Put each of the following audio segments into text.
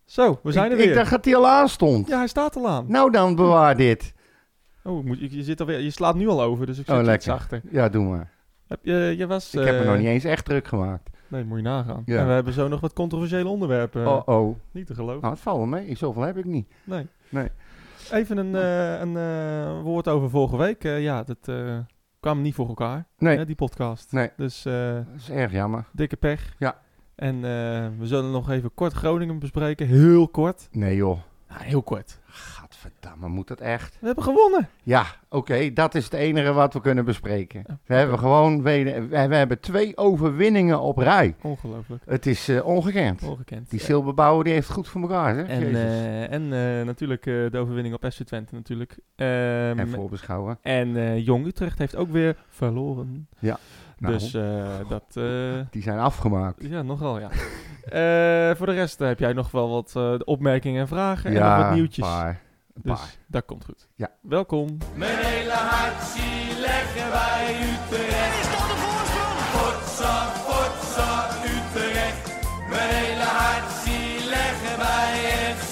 Zo, we zijn er weer. Ik dacht dat hij al aan stond. Ja, hij staat al aan. Nou dan, bewaar dit. Oh, je slaat nu al over, dus ik zit iets achter. Ja, doe maar. Ik heb me nog niet eens echt druk gemaakt. Nee, moet je nagaan. Ja. En we hebben zo nog wat controversiële onderwerpen. Niet te geloven. Nou, het valt wel mee. Zoveel heb ik niet. Nee. Nee. Even een woord over vorige week. Dat kwam niet voor elkaar, die podcast. Nee. Dus dat is erg jammer. dikke pech. Ja. En we zullen nog even kort Groningen bespreken. Heel kort. Nee joh. Ja, heel kort. Gadverdamme, moet dat echt? We hebben gewonnen. Ja, oké, dat is het enige wat we kunnen bespreken. We hebben gewoon we hebben 2 overwinningen op rij. Ongelooflijk. Het is ongekend. Die Silberbouwer die heeft het goed voor elkaar, hè? En natuurlijk de overwinning op FC Twente natuurlijk. En voorbeschouwen. En Jong Utrecht heeft ook weer verloren. Ja. Nou, dus die zijn afgemaakt. Ja, nogal, ja. Voor de rest heb jij nog wel wat opmerkingen en vragen en nog wat nieuwtjes. Een paar. Dat komt goed. Ja. Welkom. Mijn hele hart leggen wij Utrecht. Is dat de voorsprong? Potsa, potsa, Utrecht. Mijn hele hart leggen wij FC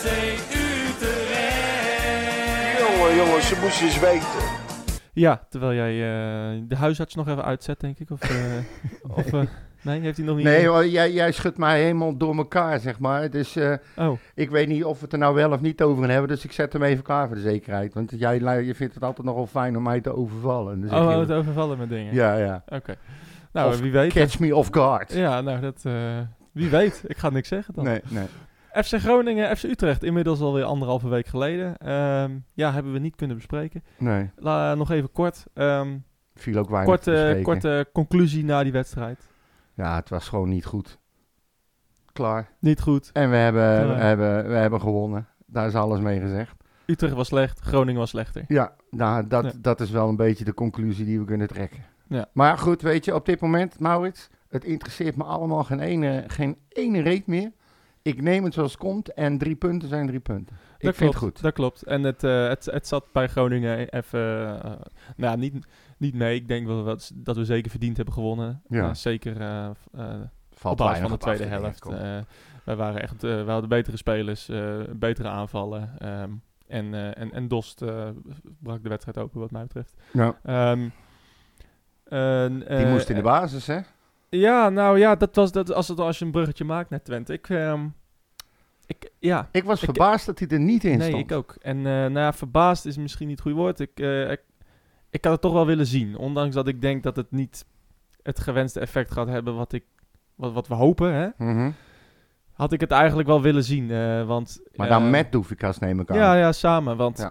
Utrecht. Jongen, ze moesten eens weten. Ja, terwijl jij de huisarts nog even uitzet, denk ik. Nee, heeft hij nog niet... Nee, jij schudt mij helemaal door elkaar, zeg maar. Dus ik weet niet of we het er nou wel of niet over gaan hebben. Dus ik zet hem even klaar voor de zekerheid. Want je vindt het altijd nogal fijn om mij te overvallen. Dus het overvallen met dingen? Ja. Oké. Nou, wie weet. Catch me off guard. Ja, nou, dat... wie weet. Ik ga niks zeggen dan. Nee. FC Groningen, FC Utrecht. Inmiddels alweer 1,5 week geleden. Hebben we niet kunnen bespreken. Nee. Nog even kort. Viel ook weinig te bespreken. Korte conclusie na die wedstrijd. Ja, het was gewoon niet goed. Klaar. Niet goed. En we hebben gewonnen. Daar is alles mee gezegd. Utrecht was slecht, Groningen was slechter. Ja, nou, dat is wel een beetje de conclusie die we kunnen trekken. Ja. Maar goed, weet je, op dit moment, Maurits, het interesseert me allemaal geen ene reet meer. Ik neem het zoals het komt en 3 punten zijn 3 punten. Ik vind het goed. Dat klopt. En het zat bij Groningen even... niet mee. Ik denk wel dat we zeker verdiend hebben gewonnen. Ja. Zeker Valt op basis van de op tweede af, helft. Wij waren echt... we hadden betere spelers, betere aanvallen. En Dost brak de wedstrijd open wat mij betreft. Ja. Die moest in de basis, hè? Ja, nou ja, dat was als je een bruggetje maakt naar Twente. Ik was verbaasd dat hij er niet in stond. Nee, ik ook. En verbaasd is misschien niet het goede woord. Ik had het toch wel willen zien. Ondanks dat ik denk dat het niet het gewenste effect gaat hebben wat we hopen. Hè? Mm-hmm. Had ik het eigenlijk wel willen zien. Maar dan met Doefikas neem ik aan. Ja, samen. Want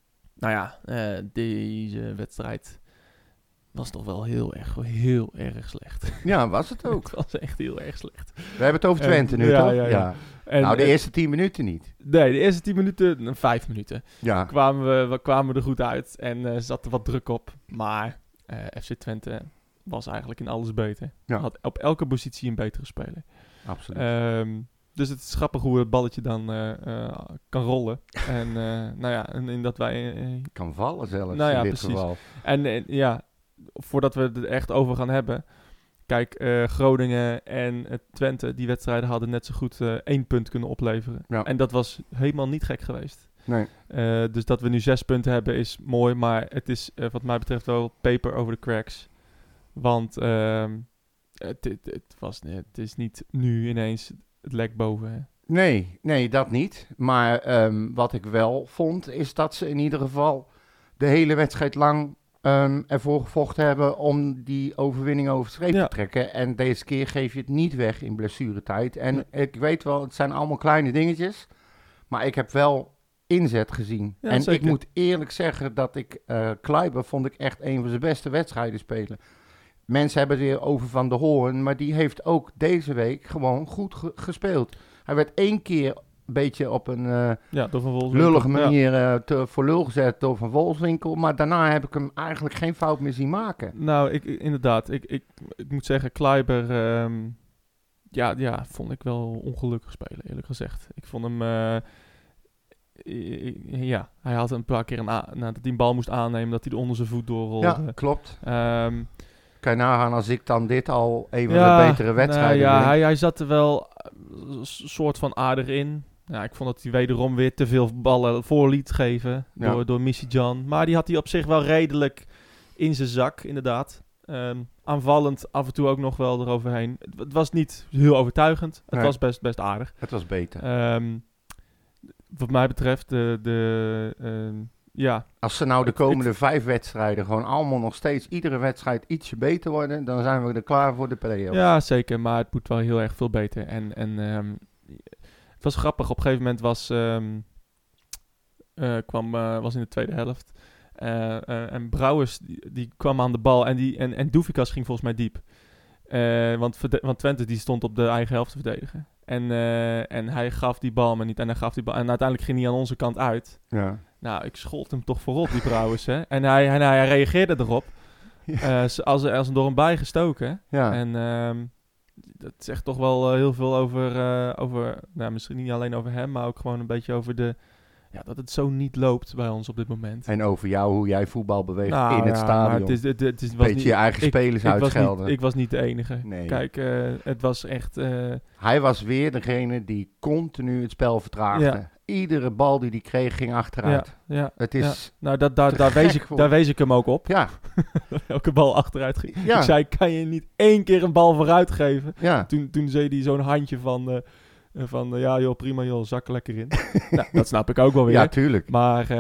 deze wedstrijd was toch wel heel erg slecht. Ja, was het ook. Het was echt heel erg slecht. We hebben het over Twente nu, toch? Ja. En, de eerste 10 minuten niet. Nee, de eerste 10 minuten, 5 minuten, ja. kwamen we er goed uit en zat er wat druk op. Maar FC Twente was eigenlijk in alles beter. Ja. Had op elke positie een betere speler. Absoluut. Dus het is grappig hoe het balletje dan kan rollen. En in dat wij... kan vallen zelfs in dit precies. geval. En voordat we het er echt over gaan hebben... Kijk, Groningen en Twente, die wedstrijden hadden net zo goed 1 punt kunnen opleveren. Ja. En dat was helemaal niet gek geweest. Nee. Dus dat we nu 6 punten hebben is mooi, maar het is wat mij betreft wel paper over the cracks. Want het is niet nu ineens het lek boven. Hè? Nee, dat niet. Maar wat ik wel vond, is dat ze in ieder geval de hele wedstrijd lang... ervoor gevochten hebben om die overwinning over de streep te trekken. En deze keer geef je het niet weg in blessuretijd. En ik weet wel, het zijn allemaal kleine dingetjes. Maar ik heb wel inzet gezien. Ja, en zeker. Ik moet eerlijk zeggen dat ik Kleiber vond ik echt een van zijn beste wedstrijden spelen. Mensen hebben het weer over Van der Hoorn. Maar die heeft ook deze week gewoon goed gespeeld. Hij werd 1 keer... een beetje op een lullige manier voor lul gezet door Van Wolfswinkel. Maar daarna heb ik hem eigenlijk geen fout meer zien maken. Nou, ik moet zeggen, Kleiber, vond ik wel ongelukkig spelen, eerlijk gezegd. Ik vond hem, hij had een paar keer dat hij een bal moest aannemen, dat hij er onder zijn voet doorrolde. Ja, klopt. Kan je nagaan als ik dan dit al een van de betere wedstrijden hij zat er wel een soort van aardig in. Ja, ik vond dat hij wederom weer te veel ballen voor liet geven door Missy-Jan. Maar die had hij op zich wel redelijk in zijn zak, inderdaad. Aanvallend af en toe ook nog wel eroverheen. Het was niet heel overtuigend. Het was best aardig. Het was beter. Wat mij betreft, Als ze nou de komende 5 wedstrijden gewoon allemaal nog steeds iedere wedstrijd ietsje beter worden, dan zijn we er klaar voor de play-offs. Ja, zeker. Maar het moet wel heel erg veel beter. En het was grappig. Op een gegeven moment was in de tweede helft. En Brouwers die kwam aan de bal en Douvikas ging volgens mij diep. Want Twente die stond op de eigen helft te verdedigen. En hij gaf die bal maar niet. En hij gaf die bal. En uiteindelijk ging hij aan onze kant uit. Ja. Nou, ik schold hem toch voorop, die Brouwers. Hè? En hij reageerde erop. Ja. Als een door hem bijgestoken. Ja. En dat zegt toch wel heel veel over misschien niet alleen over hem, maar ook gewoon een beetje over dat het zo niet loopt bij ons op dit moment. En over jou, hoe jij voetbal beweegt in het stadion. Het is beetje je eigen spelers uitschelden. Ik was niet de enige. Nee. Kijk, het was echt... Hij was weer degene die continu het spel vertraagde. Ja. Iedere bal die hij kreeg ging achteruit. Ja. Het is daar wees ik hem ook op. Ja. Elke bal achteruit ging. Ja. Ik zei, kan je niet 1 keer een bal vooruit geven? Ja. Toen zei hij zo'n handje van ja joh, prima joh, zak lekker in. Nou, dat snap ik ook wel weer. Ja, tuurlijk. Maar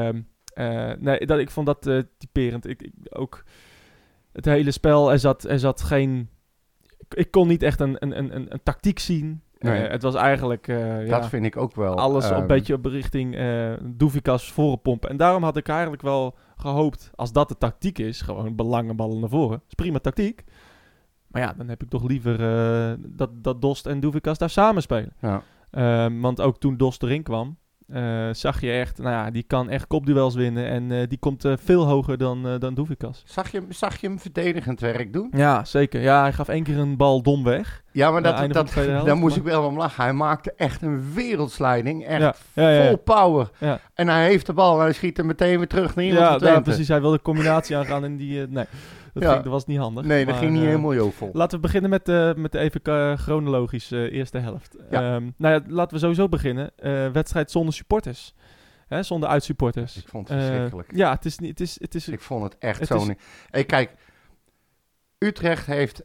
ik vond dat typerend. Ook het hele spel, er zat geen... Ik kon niet echt een tactiek zien. Nee. Het was eigenlijk... dat vind ik ook wel. Alles een beetje op richting Douvikas vorenpompen. En daarom had ik eigenlijk wel gehoopt, als dat de tactiek is, gewoon lange ballen naar voren. Dat is prima tactiek. Maar ja, dan heb ik toch liever dat Dost en Douvikas daar samen spelen. Ja. Want ook toen Dost erin kwam, zag je echt, die kan echt kopduels winnen. En die komt veel hoger dan Douvikas. Zag je hem verdedigend werk doen? Ja, zeker. Ja, hij gaf 1 keer een bal dom weg. Ja, maar daar moest ik wel om lachen. Hij maakte echt een wereldsleiding. Echt vol power. Ja. En hij heeft de bal en hij schiet hem meteen weer terug naar iemand van Twente. Ja, precies. Hij wilde de combinatie aangaan en die... nee. Dat was niet handig. Nee, dat ging niet helemaal jovel. Laten we beginnen met de even chronologisch eerste helft. Ja. Laten we sowieso beginnen. Wedstrijd zonder supporters. Zonder uitsupporters. Ik vond het verschrikkelijk. Ja, het is... Ik vond het echt zo niet. Hey, kijk, Utrecht heeft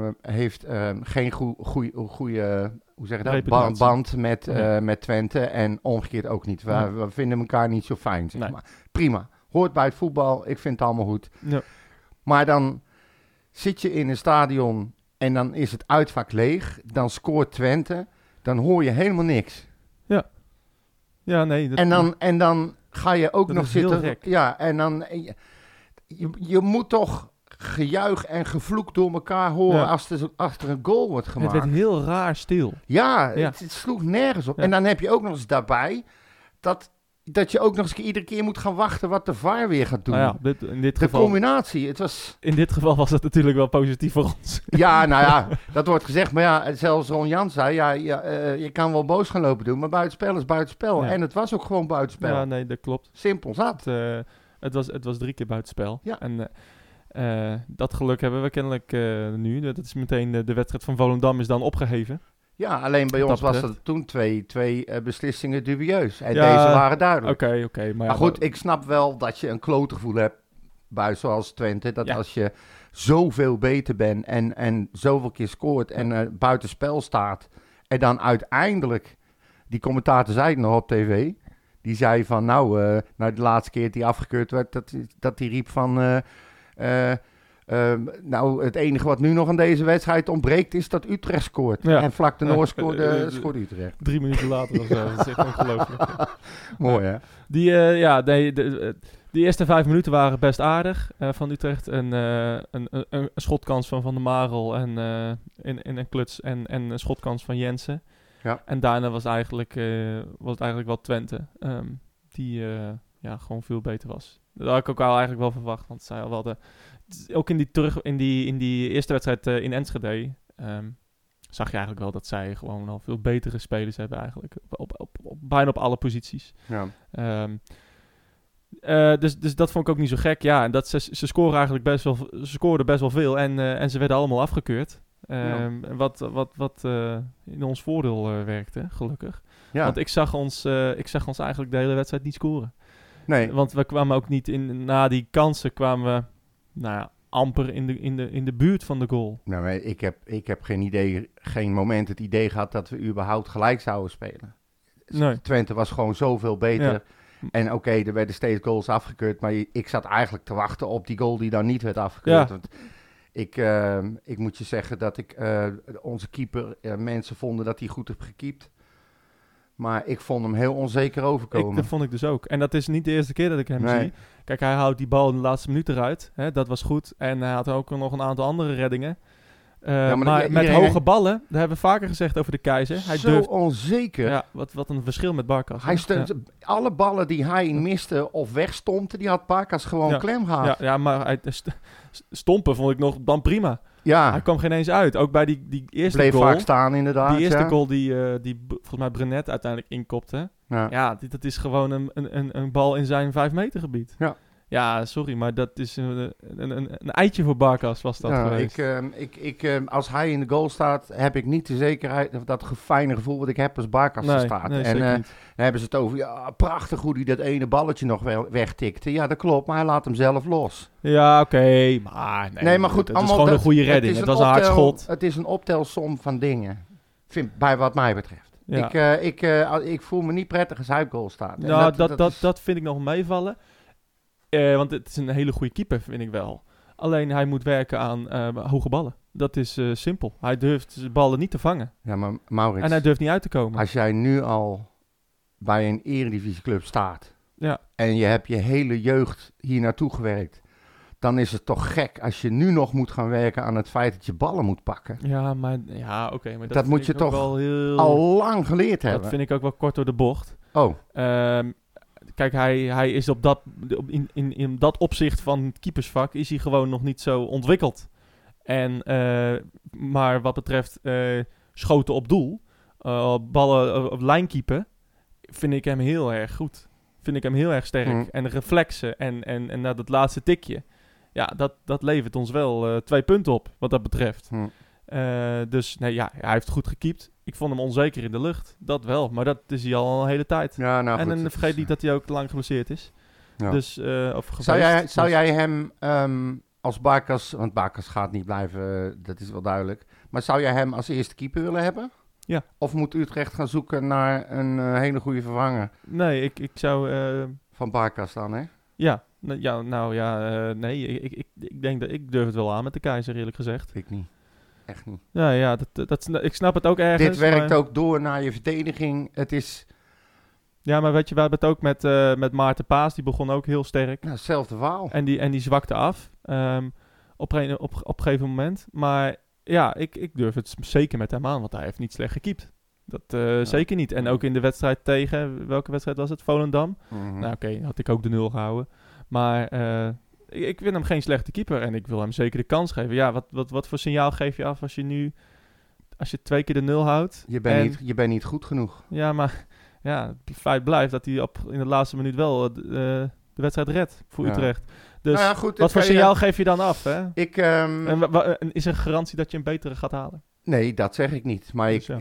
geen goede hoe zeg je dat? Band met Twente en omgekeerd ook niet. We vinden elkaar niet zo fijn, zeg maar. Prima. Hoort bij het voetbal. Ik vind het allemaal goed. Ja. Maar dan zit je in een stadion en dan is het uitvak leeg. Dan scoort Twente. Dan hoor je helemaal niks. Ja. Ja, nee. En dan ga je ook nog zitten. Ja, en dan... Je moet toch gejuich en gevloek door elkaar horen als er een goal wordt gemaakt. Het werd heel raar stil. Ja, het sloeg nergens op. Ja. En dan heb je ook nog eens daarbij dat je ook nog eens iedere keer moet gaan wachten wat de VAR weer gaat doen. De combinatie, het was... In dit geval was dat natuurlijk wel positief voor ons. Ja, dat wordt gezegd. Maar zelfs Ron Jans zei, je kan wel boos gaan lopen doen, maar buitenspel is buitenspel. Ja. En het was ook gewoon buitenspel. Ja, nee, dat klopt. Simpel zat. Het was 3 keer buitenspel. Ja. En dat geluk hebben we kennelijk nu. Dat is meteen de wedstrijd van Volendam is dan opgeheven. Ja, alleen bij ons was er toen twee beslissingen dubieus. En deze waren duidelijk. Oké. Maar goed, ik snap wel dat je een klote gevoel hebt bij zoals Twente. Dat als je zoveel beter bent en zoveel keer scoort en buitenspel staat. En dan uiteindelijk, die commentator zei het nog op tv. Die zei van de laatste keer dat hij afgekeurd werd, dat hij riep van... het enige wat nu nog aan deze wedstrijd ontbreekt is dat Utrecht scoort. Ja. En vlak daarna scoorde Utrecht. 3 minuten later of zo. Dat is echt ongelooflijk. Mooi, hè? Die eerste 5 minuten waren best aardig van Utrecht. Een schotkans van Van der Marel en een kluts en een schotkans van Jensen. Ja. En daarna was het eigenlijk wel Twente die gewoon veel beter was. Dat had ik ook al eigenlijk wel verwacht, want zij al wel ook in die eerste wedstrijd in Enschede zag je eigenlijk wel dat zij gewoon al veel betere spelers hebben eigenlijk. Bijna op alle posities. Ja. Dus dat vond ik ook niet zo gek. Ja, en ze scoren eigenlijk ze scoorden best wel veel en ze werden allemaal afgekeurd. Wat in ons voordeel werkte, gelukkig. Ja. Want ik zag ons eigenlijk de hele wedstrijd niet scoren. Nee. Want we kwamen ook niet na die kansen kwamen we amper in de buurt van de goal. Nou, maar ik heb geen moment het idee gehad dat we überhaupt gelijk zouden spelen. Nee. Twente was gewoon zoveel beter. Ja. En oké, er werden steeds goals afgekeurd. Maar ik zat eigenlijk te wachten op die goal die dan niet werd afgekeurd. Ja. Want ik moet je zeggen dat onze keeper, mensen vonden dat hij goed heeft gekiept. Maar ik vond hem heel onzeker overkomen. Dat vond ik dus ook. En dat is niet de eerste keer dat ik hem Nee. zie. Kijk, hij houdt die bal in de laatste minuut eruit. Hè, dat was goed. En hij had ook nog een aantal andere reddingen. Maar met hoge ballen, dat hebben we vaker gezegd over de Keizer. Hij zo durft, onzeker. ja, wat een verschil met Barkas. Alle ballen die hij miste of wegstompte, die had Barkas gewoon klem gehad. Ja, maar stompen vond ik nog dan prima. Ja. Hij kwam geen eens uit. Ook bij die eerste Bleef goal. vaak staan inderdaad. Die eerste goal die volgens mij Brenet uiteindelijk inkopte. Ja, dat is gewoon een bal in zijn 5 meter gebied. Ja. Ja, sorry, maar dat is een eitje voor Barkas was dat geweest. Als hij in de goal staat, heb ik niet de zekerheid, of dat fijne gevoel wat ik heb als Barkas er staat. Nee, en dan hebben ze het over, ja, prachtig hoe hij dat ene balletje nog wegtikte. Ja, dat klopt, maar hij laat hem zelf los. Ja, oké, maar nee, maar goed, het is gewoon een goede redding. Het was een hard schot. Het is een optelsom van dingen, bij wat mij betreft. Ja. Ik voel me niet prettig als hij op goal staat. Nou, dat vind ik nog meevallen. Want het is een hele goede keeper, vind ik wel. Alleen hij moet werken aan hoge ballen. Dat is simpel. Hij durft zijn ballen niet te vangen. Ja, maar Maurits... En hij durft niet uit te komen. Als jij nu al bij een eredivisieclub staat... en je hebt je hele jeugd hier naartoe gewerkt... dan is het toch gek als je nu nog moet gaan werken aan het feit dat je ballen moet pakken. Ja, maar oké, maar dat moet je toch wel al lang geleerd hebben. Dat vind ik ook wel kort door de bocht. Oh. Kijk, hij is in dat opzicht van het keepersvak is hij gewoon nog niet zo ontwikkeld. Maar wat betreft schoten op doel, ballen op lijnkeeper, vind ik hem heel erg goed. Vind ik hem heel erg sterk. En de reflexen en dat laatste tikje, ja, dat levert ons wel 2 punten op, wat dat betreft. Dus nee, ja, hij heeft goed gekiept. Ik vond hem onzeker in de lucht. Dat wel, maar dat is hij al een hele tijd. Ja, nou, en goed, dan vergeet niet dat hij ook lang geblesseerd is. Ja. Dus, zou jij hem als Barkas... Want Barkas gaat niet blijven, dat is wel duidelijk. Maar zou jij hem als eerste keeper willen hebben? Ja. Of moet Utrecht gaan zoeken naar een hele goede vervanger? Nee, ik zou... Van Barkas dan, hè? Ja. Nee. Ik denk dat ik durf het wel aan met de Keizer, eerlijk gezegd. Ik niet. Echt niet. Ja, ik snap het ook ergens. Dit werkt ook door naar je verdediging. Het is... Ja, maar weet je, we hebben het ook met Maarten Paas. Die begon ook heel sterk. Nou, hetzelfde verhaal. En die zwakte af op een gegeven moment. Maar ja, ik durf het zeker met hem aan, want hij heeft niet slecht gekiept. Dat zeker niet. En ook in de wedstrijd tegen, welke wedstrijd was het? Volendam. Mm-hmm. Nou oké, had ik ook de 0 gehouden. Maar ik vind hem geen slechte keeper en ik wil hem zeker de kans geven. Ja, wat voor signaal geef je af als je 2 keer de 0 houdt? Je bent niet goed genoeg. Ja, maar ja, het feit blijft dat hij in de laatste minuut wel de wedstrijd redt voor Utrecht. Dus nou ja, goed, wat voor signaal geef je dan af? Hè? En is er garantie dat je een betere gaat halen? Nee, dat zeg ik niet. Maar Dus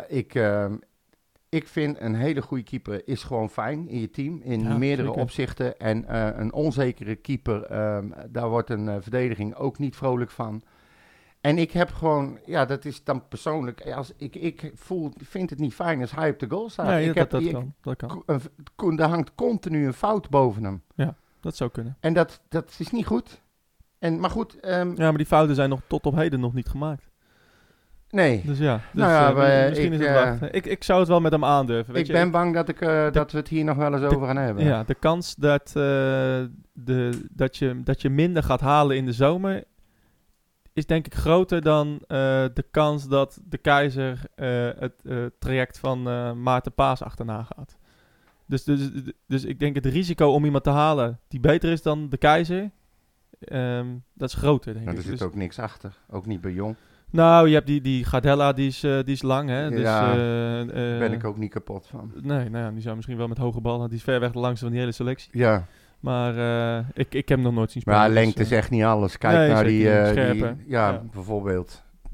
ik vind een hele goede keeper is gewoon fijn in je team. In meerdere opzichten. En een onzekere keeper, daar wordt een verdediging ook niet vrolijk van. En ik heb gewoon, ja, dat is dan persoonlijk. Ik vind het niet fijn als hij op de goal staat. Nee, dat kan. Er hangt continu een fout boven hem. Ja, dat zou kunnen. En dat is niet goed. Maar goed. Ja, maar die fouten zijn tot op heden nog niet gemaakt. Nee. Dus ja, misschien is het wachten. Ik zou het wel met hem aandurven. Ik ben bang dat we het hier nog wel eens over gaan hebben. Ja, de kans dat je minder gaat halen in de zomer is denk ik groter dan de kans dat de Keizer het traject van Maarten Paas achterna gaat. Dus ik denk het risico om iemand te halen die beter is dan de Keizer, dat is groter, denk ik. Er zit ook niks achter, ook niet bij Jong. Nou, je hebt die Gardella, die is lang, hè. Dus, daar ben ik ook niet kapot van. Nee, nou ja, die zou misschien wel met hoge ballen. Die is ver weg de langste van die hele selectie. Ja. Maar ik heb hem nog nooit zien spelen. Maar lengte is echt niet alles. Kijk naar die bijvoorbeeld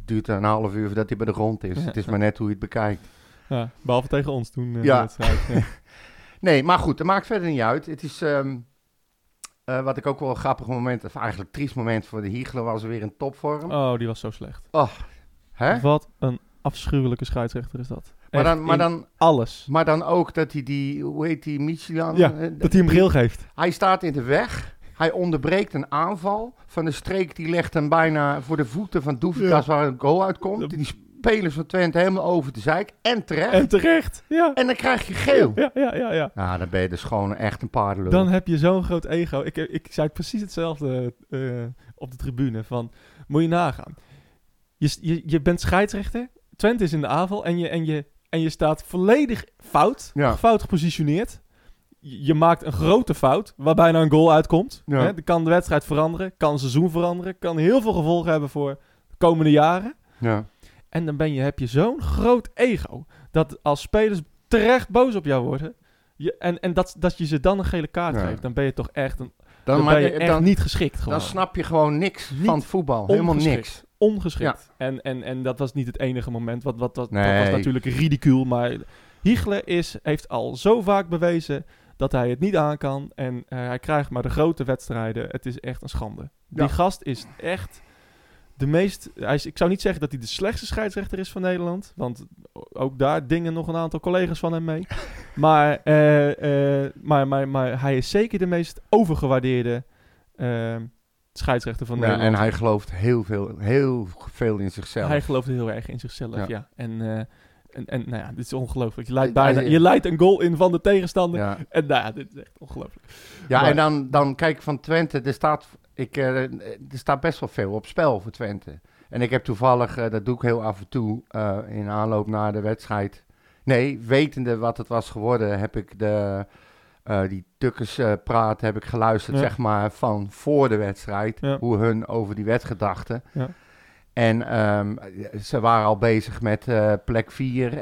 duurt een half uur voordat hij bij de grond is. Het is maar net hoe je het bekijkt. Ja, behalve tegen ons toen. Ja. Ja. Nee, maar goed, dat maakt verder niet uit. Het is, wat ik ook wel een grappig moment, of eigenlijk triest moment voor de Hiegler, was weer in topvorm. Oh, die was zo slecht. Oh, hè? Wat een afschuwelijke scheidsrechter is dat. Maar dan alles. Maar dan ook dat hij die, hoe heet die, Michelin? Ja, dat hij hem geel geeft. Hij staat in de weg. Hij onderbreekt een aanval. Van de Streek, die legt hem bijna voor de voeten van Doevikas waar een goal uitkomt. Die spelers van Twente helemaal over de zeik. En terecht. Ja. En dan krijg je geel. Ja. Nou, dan ben je dus gewoon echt een paardenlul. Dan heb je zo'n groot ego. Ik zei precies hetzelfde op de tribune. Van, moet je nagaan. Je bent scheidsrechter. Twente is in de aanval. En je staat volledig fout. Ja. Fout gepositioneerd. Je maakt een grote fout. Waarbij nou een goal uitkomt. Ja. Hè? Dan kan de wedstrijd veranderen. Kan het seizoen veranderen. Kan heel veel gevolgen hebben voor de komende jaren. Ja. En dan heb je zo'n groot ego. Dat als spelers terecht boos op jou worden. En dat je ze dan een gele kaart geeft. Dan ben je toch echt niet geschikt. Gewoon. Dan snap je gewoon niks van het voetbal. Helemaal niks. Ongeschikt. Ja. En dat was niet het enige moment. Dat was natuurlijk ridicuul. Maar Hiegler heeft al zo vaak bewezen dat hij het niet aan kan. En hij krijgt maar de grote wedstrijden. Het is echt een schande. Die gast is echt de meest... ik zou niet zeggen dat hij de slechtste scheidsrechter is van Nederland. Want ook daar dingen nog een aantal collega's van hem mee. Maar hij is zeker de meest overgewaardeerde scheidsrechter van Nederland. En hij gelooft heel veel in zichzelf. Hij gelooft heel erg in zichzelf, ja. En nou ja, dit is ongelooflijk. Je leidt een goal in van de tegenstander. Ja. En nou ja, dit is echt ongelooflijk. Ja, maar, en dan kijk van Twente. Er staat best wel veel op spel voor Twente. En ik heb toevallig, dat doe ik heel af en toe, in aanloop naar de wedstrijd. Nee, wetende wat het was geworden, heb ik die Tukkers-praat heb ik geluisterd, zeg maar, van voor de wedstrijd. Ja. Hoe hun over die wedstrijd dachten. Ja. En ze waren al bezig met plek 4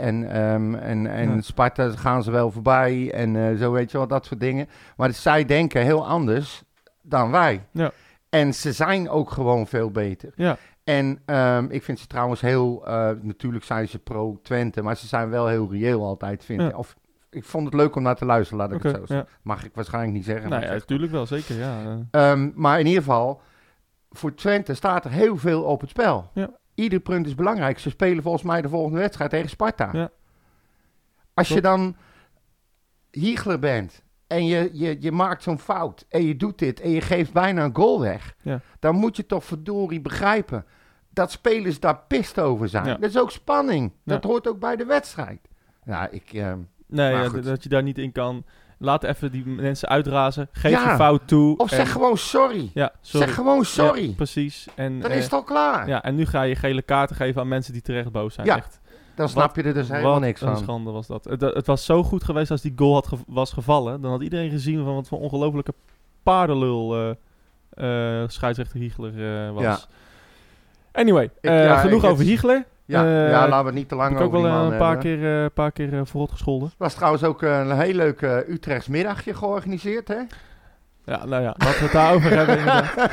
en Sparta gaan ze wel voorbij en zo, weet je wel, dat soort dingen. Maar zij denken heel anders dan wij. Ja. En ze zijn ook gewoon veel beter. Ja. En ik vind ze trouwens heel, natuurlijk zijn ze pro-Twente, maar ze zijn wel heel reëel altijd, vind ik. Of ik vond het leuk om naar te luisteren, laat ik het zo zeggen. Ja. Mag ik waarschijnlijk niet zeggen. Nou ja, natuurlijk wel, zeker, ja. Maar in ieder geval, voor Twente staat er heel veel op het spel. Ja. Ieder punt is belangrijk. Ze spelen volgens mij de volgende wedstrijd tegen Sparta. Ja. Als je dan Hiegler bent en je maakt zo'n fout en je doet dit en je geeft bijna een goal weg, dan moet je toch verdorie begrijpen dat spelers daar pist over zijn. Ja. Dat is ook spanning. Dat hoort ook bij de wedstrijd. Ja, dat je daar niet in kan. Laat even die mensen uitrazen. Geef je fout toe. Of zeg gewoon sorry. Ja, sorry. Zeg gewoon sorry. Ja, precies. En, dan is het al klaar. Ja, en nu ga je gele kaarten geven aan mensen die terecht boos zijn. Ja, echt. Dan snap je er dus helemaal niks van. Wat een schande was dat. Het was zo goed geweest als die goal was gevallen. Dan had iedereen gezien van wat voor ongelofelijke paardenlul scheidsrechter Hiegler was. Ja. Anyway, genoeg over Hiegler. Ja, laten we het niet te lang over die man hebben. Ik heb ook wel een paar keer verrot gescholden. Het was trouwens ook een heel leuk Utrechts middagje georganiseerd, hè? Ja, nou ja, laten we het daarover hebben inderdaad.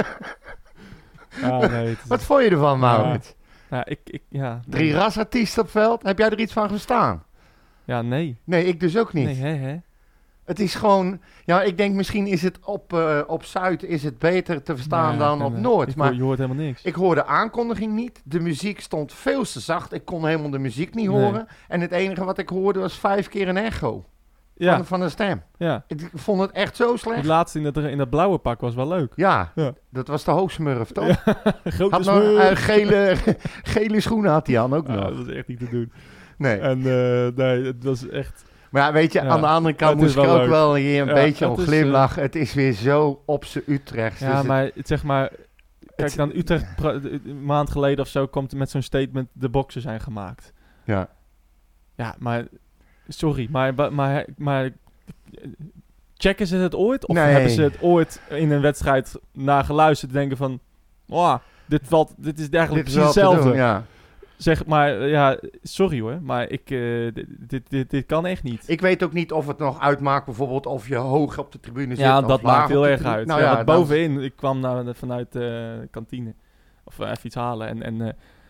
Wat vond je ervan, Maurits? Ja, 3 rasartiesten op veld. Heb jij er iets van verstaan? Ja, nee. Nee, ik dus ook niet. Nee, hè? Het is gewoon... Ja, ik denk misschien is het op Zuid is het beter te verstaan dan op Noord. Maar je hoort helemaal niks. Ik hoorde de aankondiging niet. De muziek stond veel te zacht. Ik kon helemaal de muziek niet horen. En het enige wat ik hoorde was 5 keer een echo. Van een stem. Ja. Ik vond het echt zo slecht. Die laatste in dat blauwe pak was wel leuk. Ja. Dat was de hoogsmurf, toch? Ja, grote smurf. Gele schoenen had hij aan ook nog. Dat was echt niet te doen. Nee. En het was echt... Maar ja, weet je, aan de andere kant moest ik ook leuk. Wel hier een beetje om glimlachen. Het is weer zo op z'n Utrecht. Ja, dus maar zeg maar... Kijk, dan Utrecht een maand geleden of zo komt met zo'n statement... de boksen zijn gemaakt. Ja. Ja, maar... Sorry, maar checken ze het ooit? Of hebben ze het ooit in een wedstrijd naar geluisterd... denken van... dit is eigenlijk precies hetzelfde. Ja. Zeg maar, ja, sorry hoor, maar dit kan echt niet. Ik weet ook niet of het nog uitmaakt, bijvoorbeeld of je hoog op de tribune zit. Ja, dat maakt heel erg uit. Nou, ja, bovenin, ik kwam vanuit de kantine, of even iets halen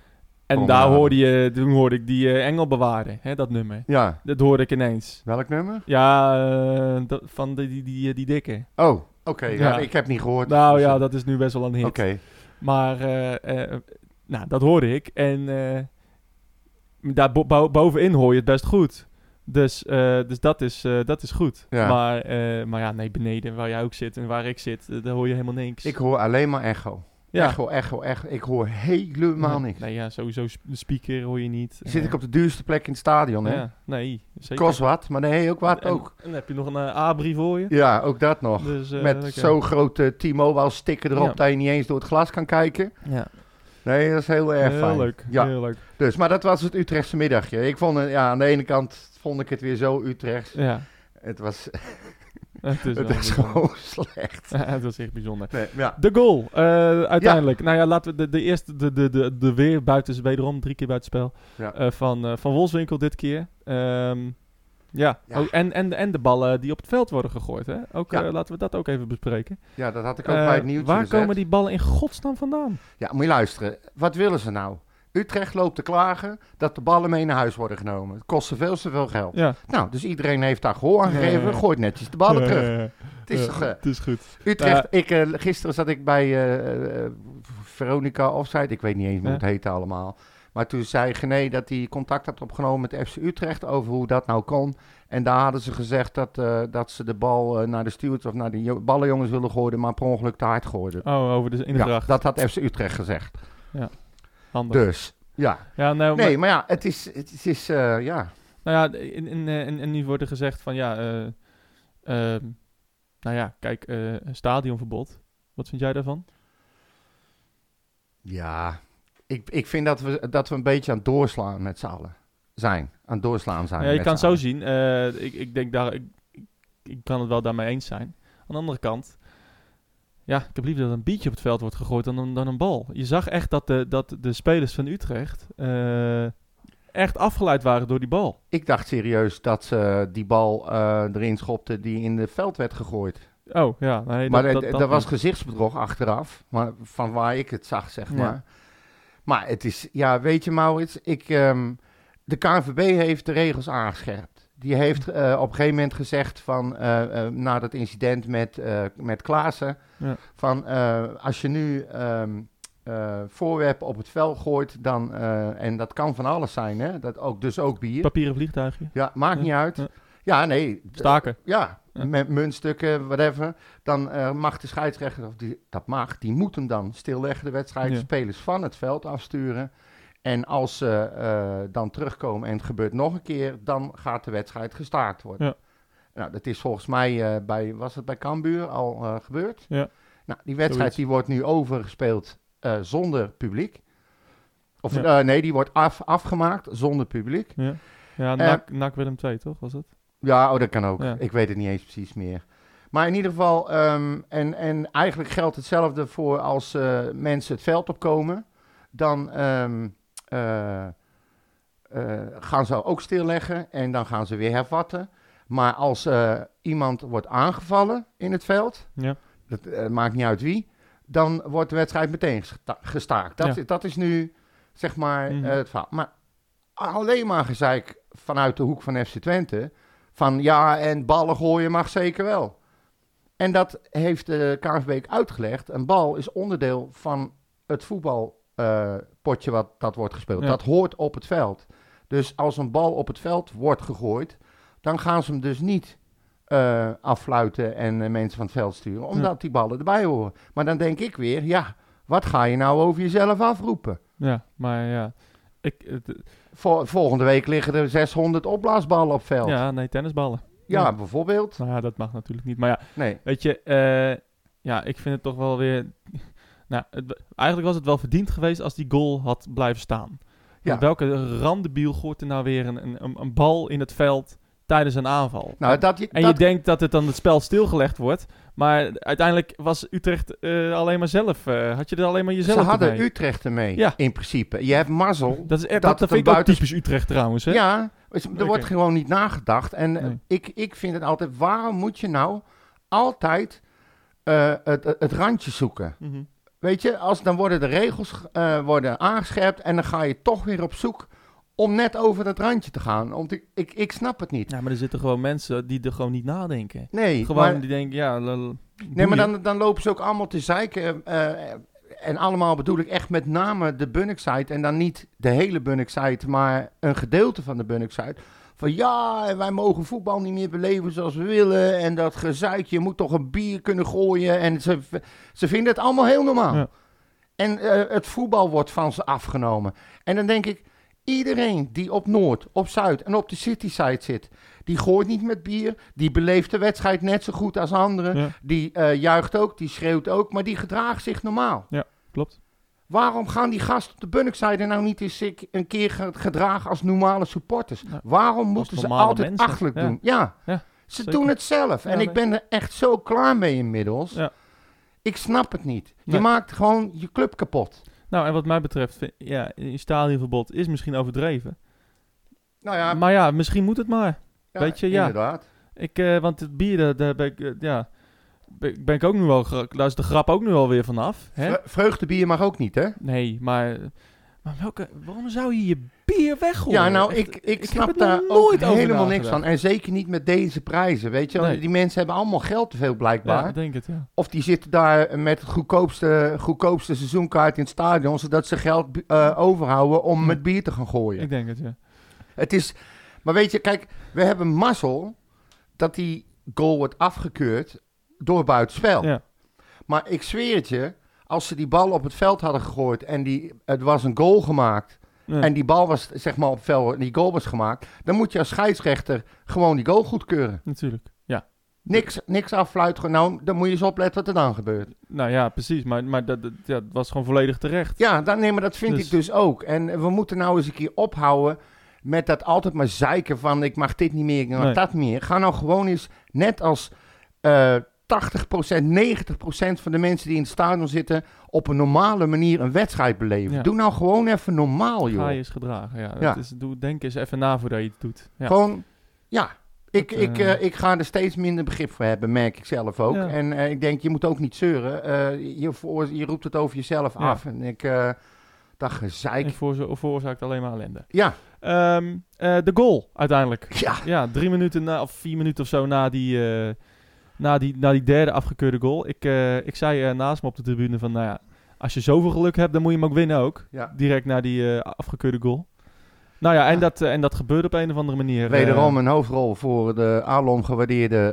En daar toen hoorde ik die Engel bewaren, hè, dat nummer. Ja. Dat hoorde ik ineens. Welk nummer? Ja, van die dikke. Oh, oké. Ja, ik heb niet gehoord. Nou ja, dat is nu best wel een hit. Oké. Maar, dat hoorde ik. En daar bovenin hoor je het best goed. Dus dat is goed. Ja. Maar ja, nee, beneden waar jij ook zit en waar ik zit, daar hoor je helemaal niks. Ik hoor alleen maar echo. Ja. Echo. Ik hoor helemaal niks. Nee, ja, sowieso de speaker hoor je niet. Zit ik op de duurste plek in het stadion, hè? Ja, nee, zeker. Kost wat, maar nee, ook wat ook. En dan heb je nog een abri voor je. Ja, ook dat nog. Dus, met zo'n grote T-Mobile sticker erop dat je niet eens door het glas kan kijken. Ja. Nee, dat is heel erg fijn. Leuk, ja. heel leuk. Dus, maar dat was het Utrechtse middagje. Ik vond het, aan de ene kant vond ik het weer zo Utrechts. Ja. Het was... Het is gewoon slecht. Ja, het was echt bijzonder. Nee, ja. De goal, uiteindelijk. Ja. Nou ja, laten we de eerste, de weer buiten, wederom 3 keer buitenspel. Ja. Van Wolfswinkel dit keer. Ja. Oh, en de ballen die op het veld worden gegooid. Hè? Ook, laten we dat ook even bespreken. Ja, dat had ik ook bij het nieuwtje Waar gezet. komen die ballen in godsnaam vandaan? Ja, moet je luisteren. Wat willen ze nou? Utrecht loopt te klagen dat de ballen mee naar huis worden genomen. Het kost veel te veel geld. Ja. Nou, dus iedereen heeft daar gehoor aan gegeven. Gooit netjes de ballen terug. Het is toch... het is goed. Utrecht, gisteren zat ik bij Veronica Offside. Ik weet niet eens hoe het heette allemaal. Maar toen zei Gené dat hij contact had opgenomen met FC Utrecht over hoe dat nou kon. En daar hadden ze gezegd dat ze de bal naar de stewards of naar de ballenjongens wilden gooien, maar per ongeluk te hard gooiden. Oh, over in de gracht. Dat had FC Utrecht gezegd. Ja, handig. Dus, ja. Nou, nee, maar ja, het is ja. Nou ja, en nu wordt er gezegd van nou ja, kijk, stadionverbod. Wat vind jij daarvan? Ja, ik vind dat we een beetje aan het doorslaan met z'n allen zijn. Aan het doorslaan zijn. Ja, je kan het zo zien. Ik denk daar, ik kan het wel daarmee eens zijn. Aan de andere kant, ja, ik heb liever dat een biertje op het veld wordt gegooid dan een bal. Je zag echt dat de spelers van Utrecht echt afgeleid waren door die bal. Ik dacht serieus dat ze die bal erin schopten die in het veld werd gegooid. Oh, ja. Nee, maar dat was gezichtsbedrog achteraf, maar van waar ik het zag, zeg maar. Maar het is, ja, weet je Maurits, de KNVB heeft de regels aangescherpt. Die heeft op een gegeven moment gezegd van, na dat incident met Klaassen, van als je nu voorwerpen op het veld gooit, dan, en dat kan van alles zijn, hè? Dus ook bier. Papieren vliegtuigje. Ja, maakt niet uit. Ja, nee. Staken. Met muntstukken, whatever. Dan mag de scheidsrechter, die moet hem dan stilleggen, de wedstrijd. Ja. Spelers van het veld afsturen. En als ze dan terugkomen en het gebeurt nog een keer, dan gaat de wedstrijd gestaakt worden. Ja. Nou, dat is volgens mij was het bij Cambuur al gebeurd? Ja. Nou, die wedstrijd die wordt nu overgespeeld zonder publiek. Of nee, die wordt afgemaakt zonder publiek. Ja, NAC Willem II, toch? Was het? Ja, dat kan ook. Ja. Ik weet het niet eens precies meer. Maar in ieder geval, en eigenlijk geldt hetzelfde voor als mensen het veld opkomen. Dan gaan ze ook stilleggen en dan gaan ze weer hervatten. Maar als iemand wordt aangevallen in het veld, dat maakt niet uit wie, dan wordt de wedstrijd meteen gestaakt. Dat is nu, zeg maar, het verhaal. Maar alleen maar gezeik vanuit de hoek van FC Twente, van ja, en ballen gooien mag zeker wel. En dat heeft de KNVB uitgelegd. Een bal is onderdeel van het voetbalpotje wat wordt gespeeld. Ja. Dat hoort op het veld. Dus als een bal op het veld wordt gegooid, dan gaan ze hem dus niet affluiten en mensen van het veld sturen, omdat die ballen erbij horen. Maar dan denk ik weer, ja, wat ga je nou over jezelf afroepen? Ja, maar ja... Volgende week liggen er 600 opblaasballen op veld. Ja, nee, tennisballen. Ja, bijvoorbeeld. Nou, dat mag natuurlijk niet. Maar ja, weet je, ik vind het toch wel weer... Nou, eigenlijk was het wel verdiend geweest als die goal had blijven staan. Ja. Welke randebiel gooit er nou weer een bal in het veld tijdens een aanval? Nou, je denkt dat het dan het spel stilgelegd wordt, maar uiteindelijk was Utrecht alleen maar zelf. Had je er alleen maar jezelf Ze hadden erbij. Utrecht ermee, in principe. Je hebt mazzel. Dat vind ik ook typisch Utrecht trouwens. Hè? Ja, wordt gewoon niet nagedacht. En ik vind het altijd, waarom moet je nou altijd het randje zoeken? Mm-hmm. weet je, dan worden de regels worden aangescherpt en dan ga je toch weer op zoek om net over dat randje te gaan. Want ik snap het niet. Ja, maar er zitten gewoon mensen die er gewoon niet nadenken. Nee. Gewoon die denken, ja... Nee, maar dan lopen ze ook allemaal te zeiken. En allemaal bedoel ik echt met name de Bunnik-site. En dan niet de hele Bunnik-site, maar een gedeelte van de Bunnik-site. Van ja, wij mogen voetbal niet meer beleven zoals we willen. En dat gezeik, je moet toch een bier kunnen gooien. En ze vinden het allemaal heel normaal. Ja. En het voetbal wordt van ze afgenomen. En dan denk ik, iedereen die op Noord, op Zuid en op de City-site zit, die gooit niet met bier. Die beleeft de wedstrijd net zo goed als anderen. Ja. Die juicht ook, die schreeuwt ook, maar die gedraagt zich normaal. Ja, klopt. Waarom gaan die gasten op de Bunnik-site nou niet eens een keer gedragen als normale supporters? Ja. Waarom moeten ze altijd mensen achterlijk doen? Ja, ze zeker doen het zelf. En ik ben er echt zo klaar mee inmiddels. Ja. Ik snap het niet. Je maakt gewoon je club kapot. Nou, en wat mij betreft, een stadionverbod is misschien overdreven. Nou ja, maar ja, misschien moet het maar. Ja, weet je, inderdaad. Want het bier, daar ben ik, ben ik ook nu wel... Daar is de grap ook nu alweer vanaf. Vreugdebier mag ook niet, hè? Nee, maar waarom zou je je bier weggooien? Ja, nou, ik snap daar ook helemaal niks van. En zeker niet met deze prijzen, weet je. Nee. Die mensen hebben allemaal geld te veel, blijkbaar. Ja, ik denk het, ja. Of die zitten daar met het goedkoopste seizoenkaart in het stadion, zodat ze geld overhouden om met bier te gaan gooien. Ik denk het, ja. Het is... Maar weet je, kijk, we hebben mazzel dat die goal wordt afgekeurd door buitenspel. Ja. Maar ik zweer het je, als ze die bal op het veld hadden gegooid en het was een goal gemaakt en die bal was, zeg maar, op het veld, die goal was gemaakt, dan moet je als scheidsrechter gewoon die goal goedkeuren. Natuurlijk, ja. Niks affluiten. Nou, dan moet je eens opletten wat er dan gebeurt. Nou ja, precies. Maar dat was gewoon volledig terecht. Ja, maar dat vind ik dus ook. En we moeten nou eens een keer ophouden met dat altijd maar zeiken van ik mag dit niet meer, ik mag dat meer. Ga nou gewoon eens, net als 80%, 90% van de mensen die in het stadion zitten, op een normale manier een wedstrijd beleven. Ja. Doe nou gewoon even normaal, joh. Ga je eens gedragen, ja. Denk eens even na voordat je het doet. Ja. Gewoon, ja. Ik ga er steeds minder begrip voor hebben, merk ik zelf ook. Ja. En ik denk, je moet ook niet zeuren. Je roept het over jezelf af. En dat gezeik. En veroorzaakt alleen maar ellende. Ja. De goal, uiteindelijk. Ja. 3 minuten of 4 minuten of zo na die derde afgekeurde goal. Ik zei naast me op de tribune van, nou ja, als je zoveel geluk hebt, dan moet je hem ook winnen ook. Ja. Direct na die afgekeurde goal. Nou ja, en dat gebeurt op een of andere manier. Wederom een hoofdrol voor de alom gewaardeerde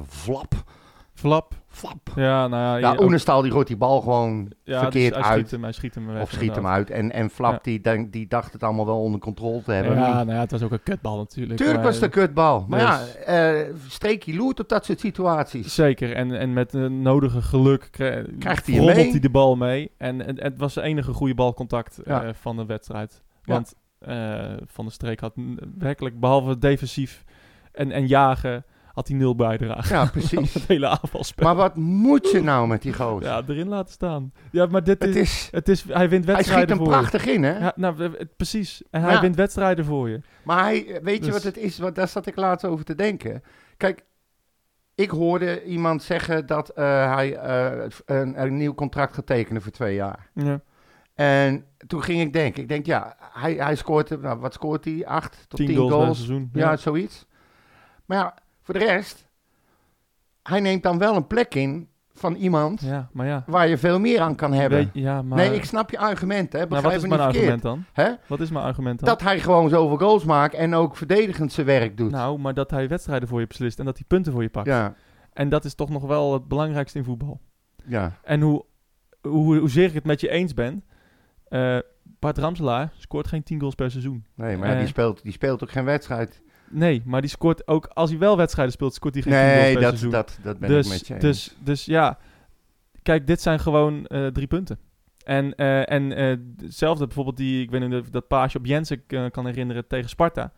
Flap. Ja, nou ja. Oenestal die gooit die bal gewoon verkeerd uit. Hij schiet hem weg. Of schiet hem uit. En Flap die dacht het allemaal wel onder controle te hebben. Ja, nou ja, het was ook een kutbal natuurlijk. Tuurlijk was het een kutbal. Maar Streekie loert op dat soort situaties. Zeker. En met nodige geluk krijgt hij rommelt hij de bal mee. En het was de enige goede balcontact van de wedstrijd. Want Van der Streek had werkelijk, behalve defensief en jagen, had hij 0 bijdrage. Ja, precies. Het hele aanvalspel. Maar wat moet je nou met die gozer? Ja, erin laten staan. Ja, maar hij wint wedstrijden voor je. Hij schiet hem prachtig in, hè? Ja, nou, precies. En hij wint wedstrijden voor je. Maar weet je wat het is? Daar zat ik laatst over te denken. Kijk, ik hoorde iemand zeggen dat hij een nieuw contract gaat tekenen voor 2 jaar. Ja. En toen ging ik denken. Ja, hij scoort, nou, wat scoort hij? 8 tot 10 goals per seizoen. Ja, zoiets. Maar ja, voor de rest, hij neemt dan wel een plek in van iemand waar je veel meer aan kan hebben. Nee, ik snap je argument, hè. Wat is mijn argument dan? Wat is mijn argument dan? Dat hij gewoon zoveel goals maakt en ook verdedigend zijn werk doet. Nou, maar dat hij wedstrijden voor je beslist en dat hij punten voor je pakt. Ja. En dat is toch nog wel het belangrijkste in voetbal. Ja. En hoezeer ik het met je eens ben, Bart Ramselaar scoort geen 10 goals per seizoen. Nee, maar die speelt ook geen wedstrijd. Nee, maar die scoort ook, als hij wel wedstrijden speelt, scoort hij geen 10 goals per seizoen. Dat ben ik met je eens. Dus ja, kijk, dit zijn gewoon 3 punten. En hetzelfde bijvoorbeeld ik weet niet of dat paasje op Jensen kan herinneren tegen Sparta,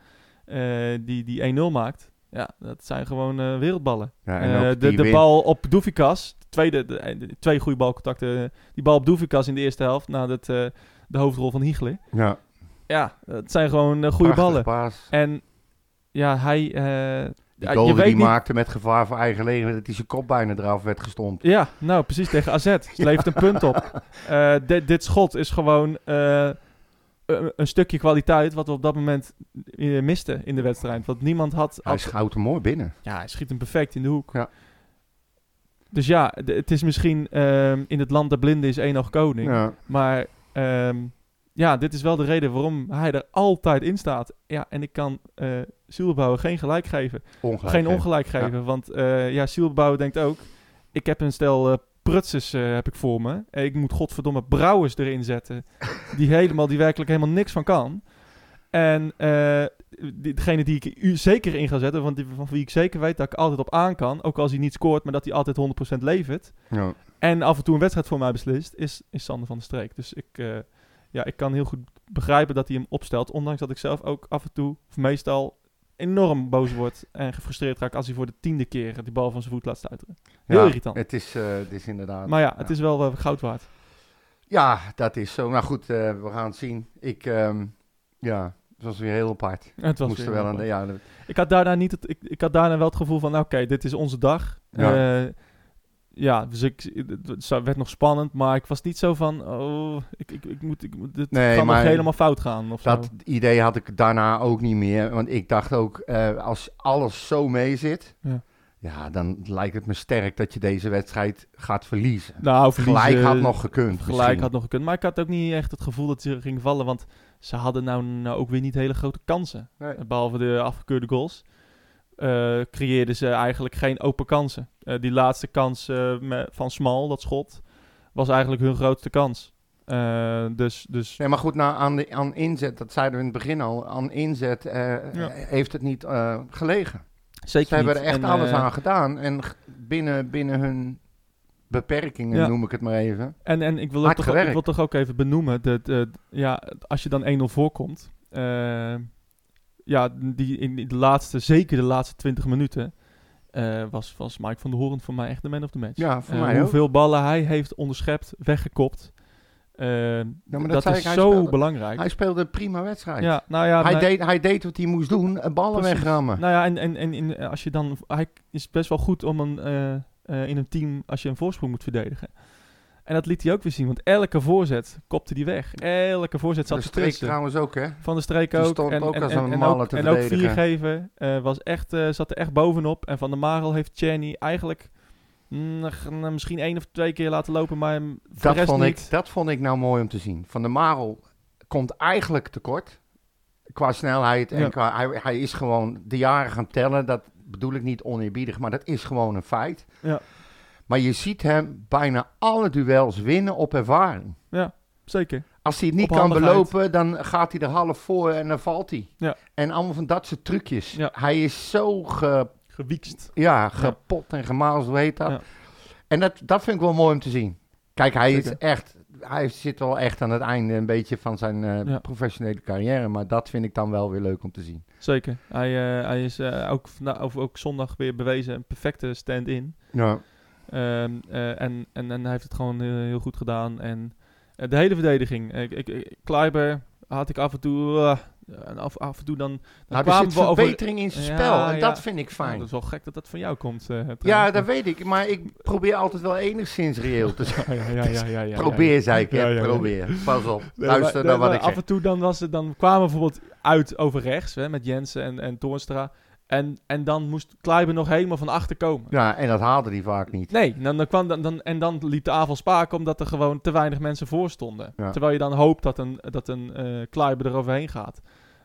die 1-0 maakt. Ja, dat zijn gewoon wereldballen. Ja, de bal op Doufikas, twee goede balcontacten. Die bal op Doufikas in de eerste helft, nadat de hoofdrol van Hiegler. Ja, het zijn gewoon goede ballen. Paas. En ja, hij Die goal die maakte met gevaar voor eigen leven, dat hij zijn kop bijna eraf werd gestompt. Ja, nou precies, tegen AZ. Het levert een punt op. Dit schot is gewoon een stukje kwaliteit wat we op dat moment misten in de wedstrijd. Want niemand had... Hij schouwt hem mooi binnen. Ja, hij schiet hem perfect in de hoek. Ja. Dus ja, het is misschien in het land der blinden is één nog koning. Ja. Maar dit is wel de reden waarom hij er altijd in staat. Ja, en ik kan Silberbouwer geen gelijk geven. Geen ongelijk geven. Ja. Want Silberbouwer denkt ook, ik heb een stel prutsers heb ik voor me. Ik moet godverdomme Brouwers erin zetten. Die werkelijk helemaal niks van kan. En degene die ik zeker in ga zetten, van wie ik zeker weet dat ik altijd op aan kan, ook als hij niet scoort, maar dat hij altijd 100% levert. Ja. En af en toe een wedstrijd voor mij beslist, is Sander van der Streek. Dus ik kan heel goed begrijpen dat hij hem opstelt, ondanks dat ik zelf ook af en toe, of meestal, enorm boos word en gefrustreerd raak als hij voor de 10e keer die bal van zijn voet laat stuiteren. Heel irritant. Het is inderdaad... Maar het is wel goud waard. Ja, dat is zo. Nou goed, we gaan het zien. Het was weer heel apart. Het was weer wel apart. Ik had daarna wel het gevoel van, oké, dit is onze dag. Dus het werd nog spannend, maar ik was niet zo van, dit kan nog helemaal fout gaan. Of dat zo. Idee had ik daarna ook niet meer, want ik dacht ook, als alles zo mee zit, dan lijkt het me sterk dat je deze wedstrijd gaat verliezen. Nou, gelijk had nog gekund. Maar ik had ook niet echt het gevoel dat ze ging vallen, want ze hadden nou ook weer niet hele grote kansen. Nee. Behalve de afgekeurde goals. Creëerden ze eigenlijk geen open kansen. Die laatste kans van Smal, dat schot, was eigenlijk hun grootste kans. Dus... Nee, maar goed, aan inzet, dat zeiden we in het begin al, aan inzet heeft het niet gelegen. Zeker ze hebben er echt alles aan gedaan. En binnen hun beperkingen, noem ik het maar even. En ik wil toch ook even benoemen, als je dan 1-0 voorkomt... zeker de laatste 20 minuten was Mike van der Hoorn voor mij echt de man of the match. Ja, voor mij hoeveel ballen hij heeft onderschept, weggekopt. Dat is zo belangrijk. Hij speelde een prima wedstrijd. Ja, hij deed wat hij moest doen, ballen wegrammen. Nou ja, en als je dan... Hij is best wel goed om in een team, als je een voorsprong moet verdedigen. En dat liet hij ook weer zien, want elke voorzet kopte hij weg. Elke voorzet zat ertussen. De Streek trouwens ook, hè? Van de Streek ook. Stond ook als een malle te verdedigen. En ook viergeven zat er echt bovenop. En Van der Marel heeft Tjerni eigenlijk misschien 1 of 2 keer laten lopen, maar voor de rest niet. Dat vond ik nou mooi om te zien. Van der Marel komt eigenlijk tekort. Qua snelheid en hij is gewoon de jaren gaan tellen. Dat bedoel ik niet oneerbiedig, maar dat is gewoon een feit. Ja. Maar je ziet hem bijna alle duels winnen op ervaring. Ja, zeker. Als hij het niet kan belopen, dan gaat hij er half voor en dan valt hij. Ja. En allemaal van dat soort trucjes. Ja. Hij is zo gewiekst. Ja, gepot en gemaalst, hoe heet dat? Ja. En dat vind ik wel mooi om te zien. Kijk, hij zit wel echt aan het einde een beetje van zijn professionele carrière. Maar dat vind ik dan wel weer leuk om te zien. Zeker. Hij is ook zondag weer bewezen een perfecte stand-in. Ja. En hij heeft het gewoon heel goed gedaan. En de hele verdediging. Kleiber had ik af en toe... af en toe dan er zit verbetering in zijn spel. En dat vind ik fijn. Nou, dat is wel gek dat van jou komt. Ja, dat weet ik. Maar ik probeer altijd wel enigszins reëel te zijn. Probeer, zei ik. Probeer. Pas op. Luister naar wat ik zeg. Af en toe dan kwamen we bijvoorbeeld uit over rechts. Met Jensen en Toornstra. En dan moest Kleiber nog helemaal van achter komen. Ja, en dat haalde hij vaak niet. Nee, dan liep de avond spaken omdat er gewoon te weinig mensen voor stonden. Ja. Terwijl je dan hoopt dat een Kleiber eroverheen gaat.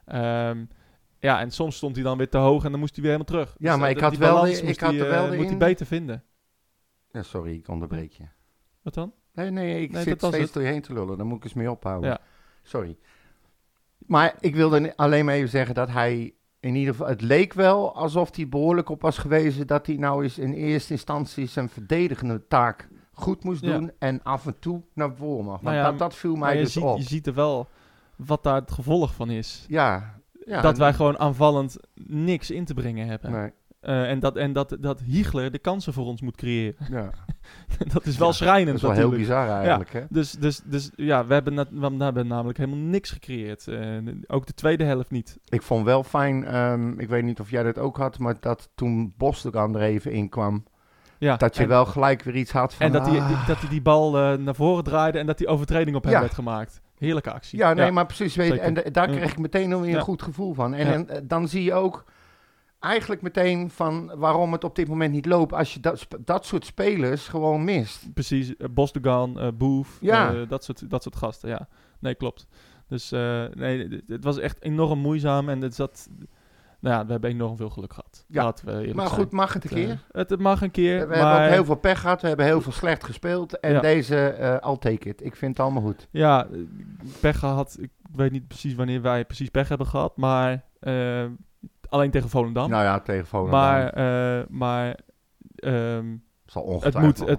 En soms stond hij dan weer te hoog en dan moest hij weer helemaal terug. Ja, dus, maar moet hij beter vinden. Ja, sorry, ik onderbreek je. Wat dan? Nee, ik zit steeds door je heen te lullen. Daar moet ik eens mee ophouden. Ja. Sorry. Maar ik wilde alleen maar even zeggen dat hij... In ieder geval, het leek wel alsof hij behoorlijk op was gewezen dat hij nou eens in eerste instantie zijn verdedigende taak goed moest doen en af en toe naar voren mag. Want dat viel mij dus op. Je ziet er wel wat daar het gevolg van is. Ja. Dat wij gewoon aanvallend niks in te brengen hebben. Nee. En dat Hiegler de kansen voor ons moet creëren. Ja. Dat is wel schrijnend. Dat is wel natuurlijk. heel bizar eigenlijk. Hè? Dus we hebben namelijk helemaal niks gecreëerd. Ook de tweede helft niet. Ik vond wel fijn, ik weet niet of jij dat ook had, maar dat toen Bosdogan er even in kwam, dat je wel gelijk weer iets had van... En dat hij die bal naar voren draaide en dat die overtreding op hem werd gemaakt. Heerlijke actie. Ja, nee, maar precies. En daar kreeg ik meteen nog weer een goed gevoel van. En dan zie je ook eigenlijk meteen van waarom het op dit moment niet loopt als je dat soort spelers gewoon mist. Precies, Bosdogan, Boef, dat soort gasten, ja. Nee, klopt. Dus het was echt enorm moeizaam en het zat... Nou ja, we hebben enorm veel geluk gehad. Ja, maar goed, mag het een keer? Het mag een keer, We hebben ook heel veel pech gehad, we hebben heel veel slecht gespeeld. En deze, I'll take it. Ik vind het allemaal goed. Ja, pech gehad. Ik weet niet precies wanneer wij precies pech hebben gehad, maar alleen tegen Volendam. Nou ja, tegen Volendam. Maar zal ongetwijfeld.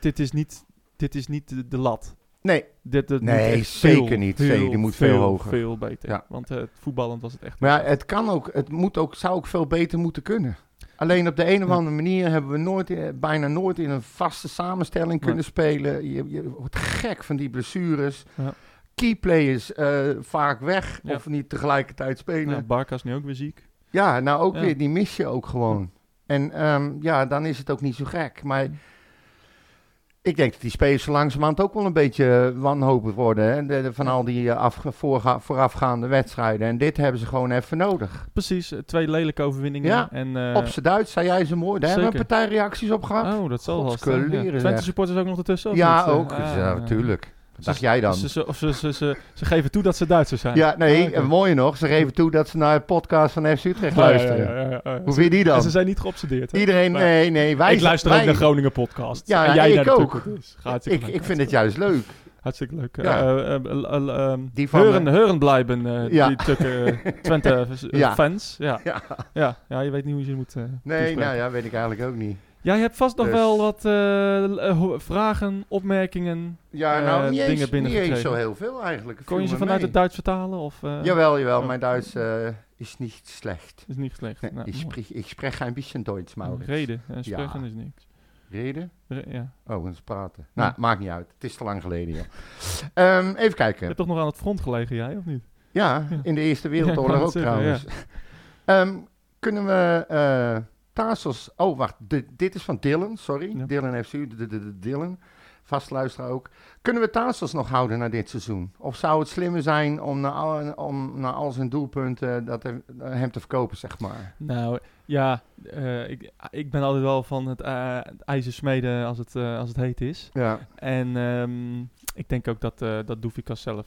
Dit is niet de lat. Nee, nee, zeker niet. Die moet veel hoger. Veel beter. Ja. Want voetballend was het echt... Maar ja, het kan ook, zou ook veel beter moeten kunnen. Alleen op de een of andere manier hebben we bijna nooit in een vaste samenstelling kunnen spelen. Je wordt gek van die blessures. Ja. Keyplayers vaak weg of niet tegelijkertijd spelen. Ja, Barca is nu ook weer ziek. Ja, nou ook weer, die mis je ook gewoon. En dan is het ook niet zo gek. Maar... Ik denk dat die spelers zo langzamerhand ook wel een beetje wanhopig worden. Hè? Van al die voorafgaande wedstrijden. En dit hebben ze gewoon even nodig. Precies, 2 lelijke overwinningen. Ja, en, op z'n Duits, zei jij zo mooi. Daar hebben we een partij reacties op gehad. Oh, dat zal wel zijn. Twente supporters ook nog ertussen? Ja, ook. Ja, natuurlijk. Wat dacht jij dan? Ze geven toe dat ze Duitsers zijn. Ja, nee, mooier nog. Ze geven toe dat ze naar het podcast van FC Utrecht luisteren. Ja. Hoe vind je die dan? En ze zijn niet geobsedeerd. Hè? Iedereen, nee. Ik luister ook naar Groningen podcast. Ja, en jij ik ook. Ik vind het juist leuk. Hartstikke leuk. Die van Heuren blijven, die tukken Twente fans. Ja, je weet niet hoe je ze moet nee, nou ja, weet ik eigenlijk ook niet. Jij hebt vast nog wel wat vragen, opmerkingen, dingen binnengekregen. Niet eens zo heel veel eigenlijk. Kon je ze vanuit het Duits vertalen? Of, Jawel. Mijn Duits is niet slecht. Is niet slecht. Nee, ik spreek een beetje Duits, Maurits. Reden, spreken is niks. Reden? Ja. Oh, eens praten. Nou, maakt niet uit. Het is te lang geleden, joh. Even kijken. Je hebt toch nog aan het front gelegen, jij, of niet? Ja, in de Eerste Wereldoorlog ook trouwens. Ja. Kunnen we... Tasos, wacht, dit is van Dylan, sorry. Ja. Dylan heeft Dylan, vast luisteraar ook. Kunnen we Tasos nog houden na dit seizoen? Of zou het slimmer zijn om na al zijn doelpunten hem te verkopen, zeg maar? Nou, ja, ik ben altijd wel van het ijzer smeden als het heet is. Ja. En ik denk ook dat Doufikas zelf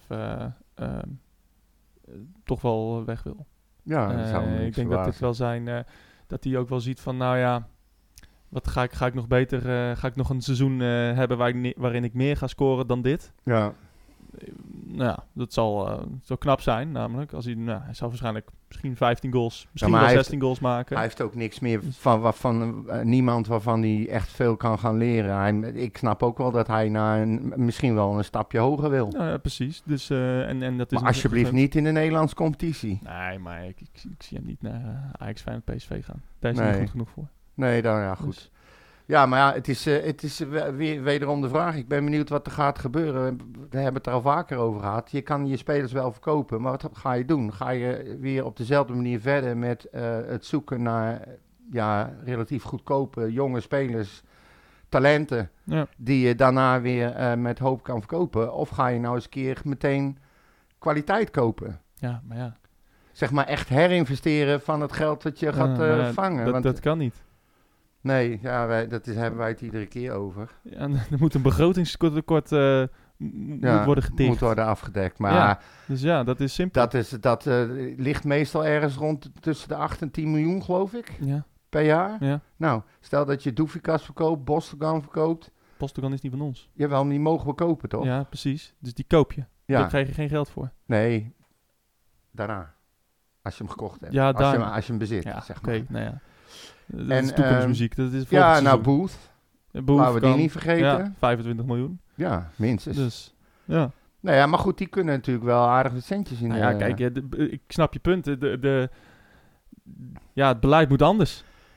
toch wel weg wil. Ja, dat zou ik denk dat dit wel zijn... dat hij ook wel ziet van, nou ja, wat ga ik nog beter, ga ik nog een seizoen hebben waarin ik meer ga scoren dan dit? Ja. Nou ja, dat zal knap zijn, namelijk. Als hij zal waarschijnlijk misschien 15 goals, misschien wel 16 goals maken. Hij heeft ook niks meer van niemand waarvan hij echt veel kan gaan leren. Ik snap ook wel dat hij misschien wel een stapje hoger wil. Ja, precies. Dus, en dat is maar alsjeblieft niet in de Nederlandse competitie. Nee, maar ik zie hem niet naar Ajax, Feyenoord, PSV gaan. Daar is hij niet goed genoeg voor. Nee, dan ja, goed. Dus. Ja, maar ja, het is weer wederom de vraag. Ik ben benieuwd wat er gaat gebeuren. We hebben het er al vaker over gehad. Je kan je spelers wel verkopen, maar wat ga je doen? Ga je weer op dezelfde manier verder met het zoeken naar relatief goedkope jonge spelers, talenten, die je daarna weer met hoop kan verkopen? Of ga je nou eens een keer meteen kwaliteit kopen? Ja, maar ja. Zeg maar echt herinvesteren van het geld dat je gaat vangen. Dat kan niet. Nee, hebben wij het iedere keer over. Ja, er moet een begrotingstekort worden gedicht. Moet worden afgedekt. Maar dus ja, dat is simpel. Dat ligt meestal ergens rond tussen de 8 en 10 miljoen, geloof ik, per jaar. Ja. Nou, stel dat je Doufikas verkoopt, Bosdogan verkoopt. Bosdogan is niet van ons. Jawel, die mogen we kopen, toch? Ja, precies. Dus die koop je. Daar krijg je geen geld voor. Nee, daarna. Als je hem gekocht hebt. Ja, als je hem bezit, zeg maar. Oké, nou ja. Dat is toekomstmuziek. Dat is Booth. Laten we die niet vergeten. Ja, 25 miljoen. Ja, minstens. Dus, ja. Nou ja, maar goed, die kunnen natuurlijk wel aardige centjes in. Nou ja, kijk, ik snap je punt. Het beleid moet anders.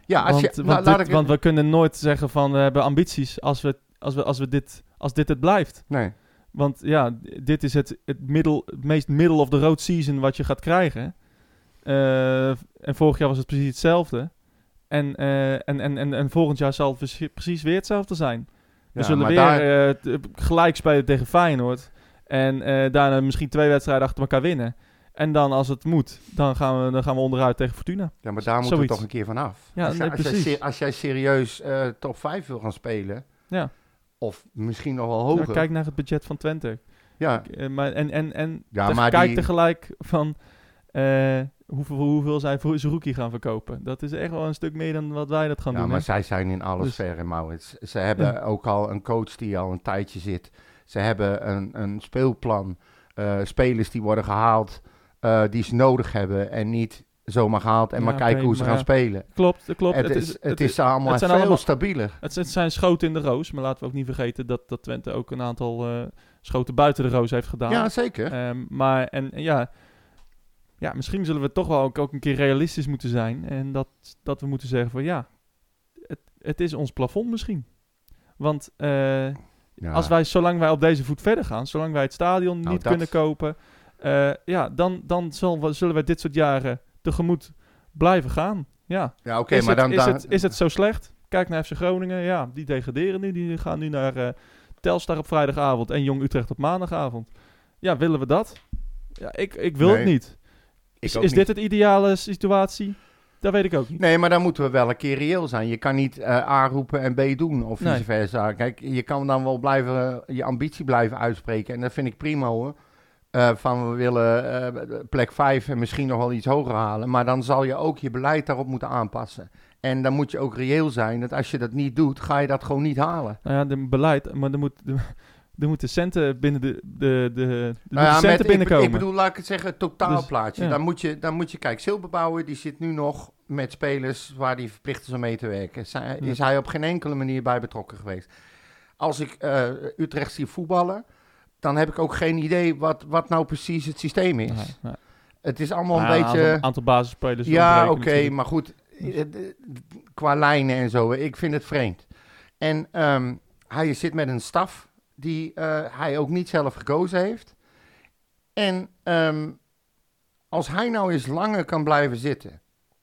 Ja, want we kunnen nooit zeggen van we hebben ambities als dit het blijft. Nee. Want ja, dit is het meest middle of the road season wat je gaat krijgen. En vorig jaar was het precies hetzelfde. En volgend jaar zal het precies weer hetzelfde zijn. We zullen weer gelijk spelen tegen Feyenoord. En daarna misschien 2 wedstrijden achter elkaar winnen. En dan als het moet, dan gaan we onderuit tegen Fortuna. Ja, maar daar moeten we toch een keer vanaf. Ja, als jij serieus top 5 wil gaan spelen, ja. Of misschien nog wel hoger. Ja, kijk naar het budget van Twente. Ja. Kijk tegelijk van hoeveel zij voor Zerouki gaan verkopen. Dat is echt wel een stuk meer dan wat wij dat gaan doen. Ja, maar hè? zij zijn in alles ver, Maurits. Ze hebben ook al een coach die al een tijdje zit. Ze hebben een speelplan. Spelers die worden gehaald die ze nodig hebben en niet zomaar gehaald en maar kijken hoe ze gaan spelen. Klopt. Het is allemaal veel stabieler. Het zijn schoten in de roos, maar laten we ook niet vergeten dat Twente ook een aantal schoten buiten de roos heeft gedaan. Ja, zeker. Misschien zullen we toch wel ook een keer realistisch moeten zijn en dat we moeten zeggen van het is ons plafond misschien. Want zolang wij op deze voet verder gaan, zolang wij het stadion niet kunnen kopen, dan zullen wij dit soort jaren tegemoet blijven gaan. Ja, oké, maar is het zo slecht? Kijk naar FC Groningen. Ja, die degraderen nu. Die gaan nu naar Telstar op vrijdagavond en Jong Utrecht op maandagavond. Ja, willen we dat? Ja, ik wil het niet. Is dit het ideale situatie? Dat weet ik ook niet. Nee, maar dan moeten we wel een keer reëel zijn. Je kan niet A roepen en B doen of vice versa. Kijk, je kan dan wel je ambitie blijven uitspreken. En dat vind ik prima hoor. Van we willen plek 5 en misschien nog wel iets hoger halen. Maar dan zal je ook je beleid daarop moeten aanpassen. En dan moet je ook reëel zijn dat als je dat niet doet, ga je dat gewoon niet halen. Nou ja, de beleid, maar er moeten centen binnen centen binnenkomen. Ik bedoel, laat ik het zeggen, het totaalplaatje. Dus, dan moet je kijken, Silberbouwer die zit nu nog met spelers waar die verplicht is om mee te werken. Is hij op geen enkele manier bij betrokken geweest. Als ik Utrecht zie voetballen, dan heb ik ook geen idee wat nou precies het systeem is. Nee. Het is allemaal een beetje... Een aantal basisspelers. Ja, oké, maar goed. Qua lijnen en zo, ik vind het vreemd. En hij zit met een staf die hij ook niet zelf gekozen heeft. En als hij nou eens langer kan blijven zitten,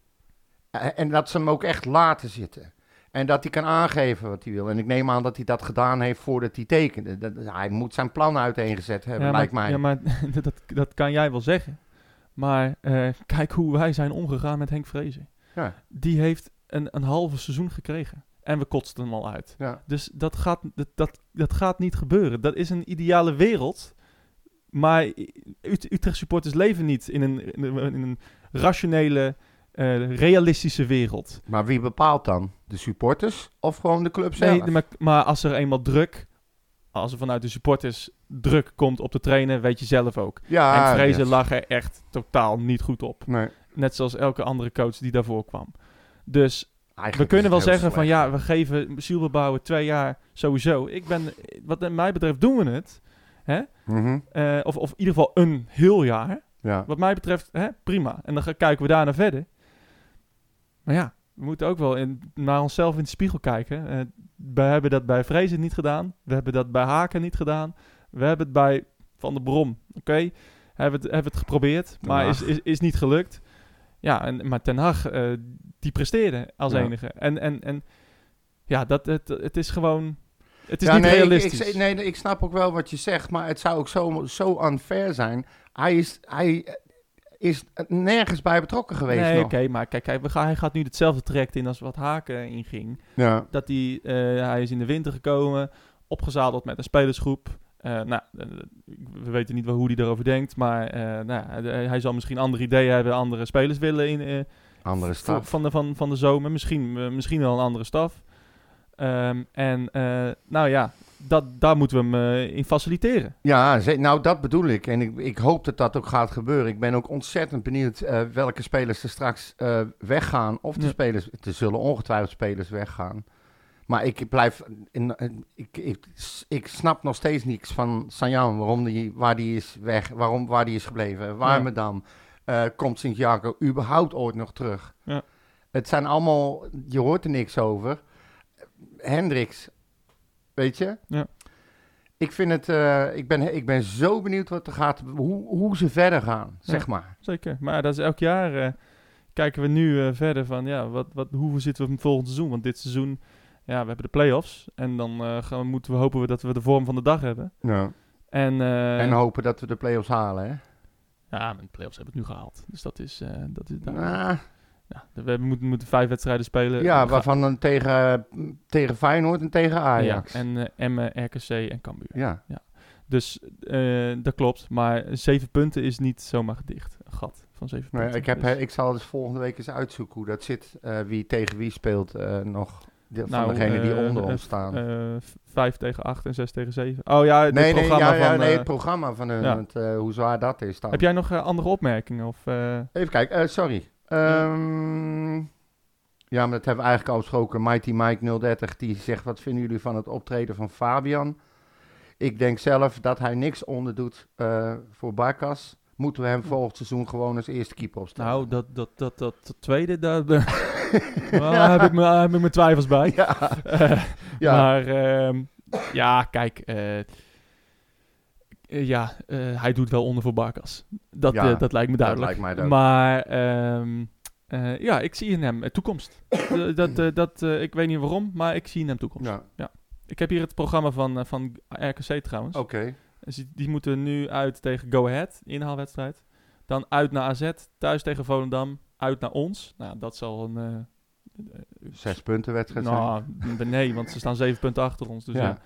en dat ze hem ook echt laten zitten, en dat hij kan aangeven wat hij wil. En ik neem aan dat hij dat gedaan heeft voordat hij tekende. Hij moet zijn plan uiteengezet hebben, lijkt mij. Ja, maar dat kan jij wel zeggen. Maar kijk hoe wij zijn omgegaan met Henk Vrezen. Ja. Die heeft een halve seizoen gekregen. En we kotsten hem al uit. Ja. Dus dat gaat niet gebeuren. Dat is een ideale wereld. Maar Utrecht supporters leven niet in een rationele, realistische wereld. Maar wie bepaalt dan? De supporters of gewoon de club zelf? Nee, maar als er eenmaal als er vanuit de supporters druk komt op de trainer, weet je zelf ook. Ja, en Vrezen lag er echt totaal niet goed op. Nee. Net zoals elke andere coach die daarvoor kwam. Dus we kunnen wel zeggen van we geven Silberbouwer 2 jaar sowieso. Wat mij betreft doen we het. Hè? Mm-hmm. Of in ieder geval een heel jaar. Ja. Wat mij betreft, prima. En dan kijken we daarna verder. Maar ja, we moeten ook wel naar onszelf in de spiegel kijken. We hebben dat bij Vrezen niet gedaan. We hebben dat bij Haken niet gedaan. We hebben het bij Van der Brom. Oké, hebben het geprobeerd, maar is niet gelukt. Ja, maar Ten Hag, die presteerde als enige. En het is gewoon... Het is niet realistisch. Ik snap ook wel wat je zegt, maar het zou ook zo unfair zijn. Hij is nergens bij betrokken geweest. Nee, oké, maar kijk, hij gaat nu hetzelfde traject in als wat Haken inging. Ja. Dat hij is in de winter gekomen, opgezadeld met een spelersgroep. We weten niet hoe hij erover denkt, maar hij zal misschien andere ideeën hebben, andere spelers willen in andere staf van de zomer. Misschien wel een andere staf. Daar moeten we hem in faciliteren. Ja, dat bedoel ik. En ik hoop dat dat ook gaat gebeuren. Ik ben ook ontzettend benieuwd welke spelers er straks weggaan. Of er zullen ongetwijfeld spelers weggaan. Maar ik blijf... Ik snap nog steeds niks van Sanjan, waar die is weg, waar die is gebleven. Warmerdam. Komt Sint-Jaco überhaupt ooit nog terug? Ja. Het zijn allemaal, je hoort er niks over. Hendricks, weet je? Ja. Ik vind het, ik ben zo benieuwd wat er gaat, hoe ze verder gaan, zeg maar. Zeker, maar dat is elk jaar kijken we nu verder van, ja, hoe zitten we in het volgende seizoen? Want dit seizoen, ja, we hebben de play-offs en dan hopen we dat we de vorm van de dag hebben. Ja. En hopen dat we de play-offs halen, hè? Ja, met de play-offs hebben we het nu gehaald. Dus dat is Nou, ja, we moeten 5 wedstrijden spelen. ja, waarvan dan tegen Feyenoord en tegen Ajax. Ja, en Emmen, RKC en Cambuur. Ja. Dus dat klopt. Maar 7 punten is niet zomaar dicht. Een gat van 7 punten. Ik zal dus volgende week eens uitzoeken hoe dat zit. Wie tegen wie speelt nog. Van degene die onder ons staan. 5 tegen 8 en 6 tegen 7. Oh ja, het programma van hun. Want, hoe zwaar dat is dan. Heb jij nog andere opmerkingen? Of, Even kijken, sorry. Ja, maar dat hebben we eigenlijk al besproken. Mighty Mike 030, die zegt, wat vinden jullie van het optreden van Fabian? Ik denk zelf dat hij niks onderdoet voor Barkas. Moeten we hem volgend seizoen gewoon als eerste keeper opstellen? Nou, dat tweede, daar heb ik mijn twijfels bij. Ja. Maar ja, kijk, hij doet wel onder voor Barkas. Dat lijkt me duidelijk. Dat lijkt mij duidelijk. Maar ja, ik zie in hem toekomst. Ik weet niet waarom, maar ik zie in hem toekomst. Ja. Ik heb hier het programma van RKC trouwens. Oké. Dus die moeten nu uit tegen Go Ahead, inhaalwedstrijd. Dan uit naar AZ, thuis tegen Volendam, uit naar ons. Nou, dat zal een 6 punten wedstrijd zijn. Nee, want ze staan 7 punten achter ons. Dus ja.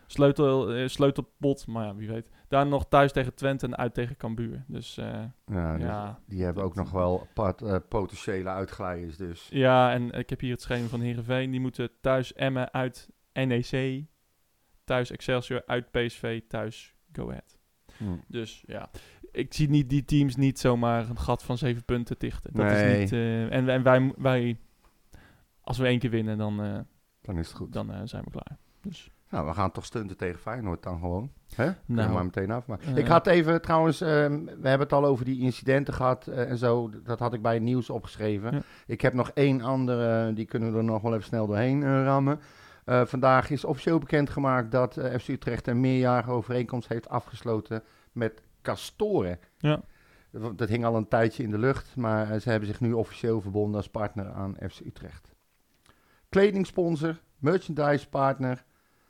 Sleutelpot, maar ja, wie weet. Daar nog thuis tegen Twente en uit tegen Cambuur. Dus die hebben ook nog wel potentiële uitglijders dus. Ja, en ik heb hier het schema van Heerenveen. Die moeten thuis Emmen, uit NEC, thuis Excelsior, uit PSV, thuis Go Ahead. Dus ja, ik zie die teams niet zomaar een gat van 7 punten dichten. Dat is niet. En wij, als we 1 keer winnen, dan is het goed. Dan zijn we klaar. Dus. Nou, we gaan toch stunten tegen Feyenoord dan gewoon. Hè? Nou, maar meteen afmaken. Ik had even trouwens, we hebben het al over die incidenten gehad en zo. Dat had ik bij het nieuws opgeschreven. Ja. Ik heb nog 1 andere, die kunnen we er nog wel even snel doorheen rammen. Vandaag is officieel bekendgemaakt dat FC Utrecht een meerjarige overeenkomst heeft afgesloten met Castoren. Ja. Dat hing al een tijdje in de lucht, maar ze hebben zich nu officieel verbonden als partner aan FC Utrecht. Kledingsponsor, merchandise partner.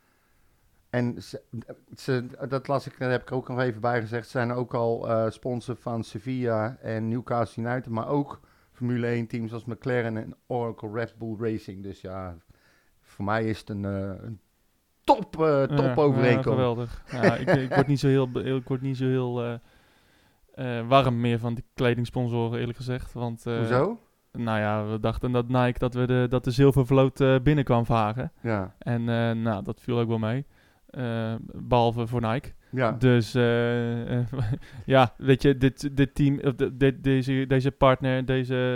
En dat las ik, daar heb ik ook nog even bij gezegd. Ze zijn ook al sponsor van Sevilla en Newcastle United, maar ook Formule 1 teams als McLaren en Oracle Red Bull Racing. Dus ja, voor mij is het een top overeenkomst. Ja, geweldig. Ja, ik word niet zo heel warm meer van die kledingsponsoren, eerlijk gezegd. Want, hoezo? Nou ja, we dachten dat Nike dat de zilvervloot binnen kwam varen. Ja. En dat viel ook wel mee. Behalve voor Nike. Ja. Dus ja, weet je, dit team, deze partner,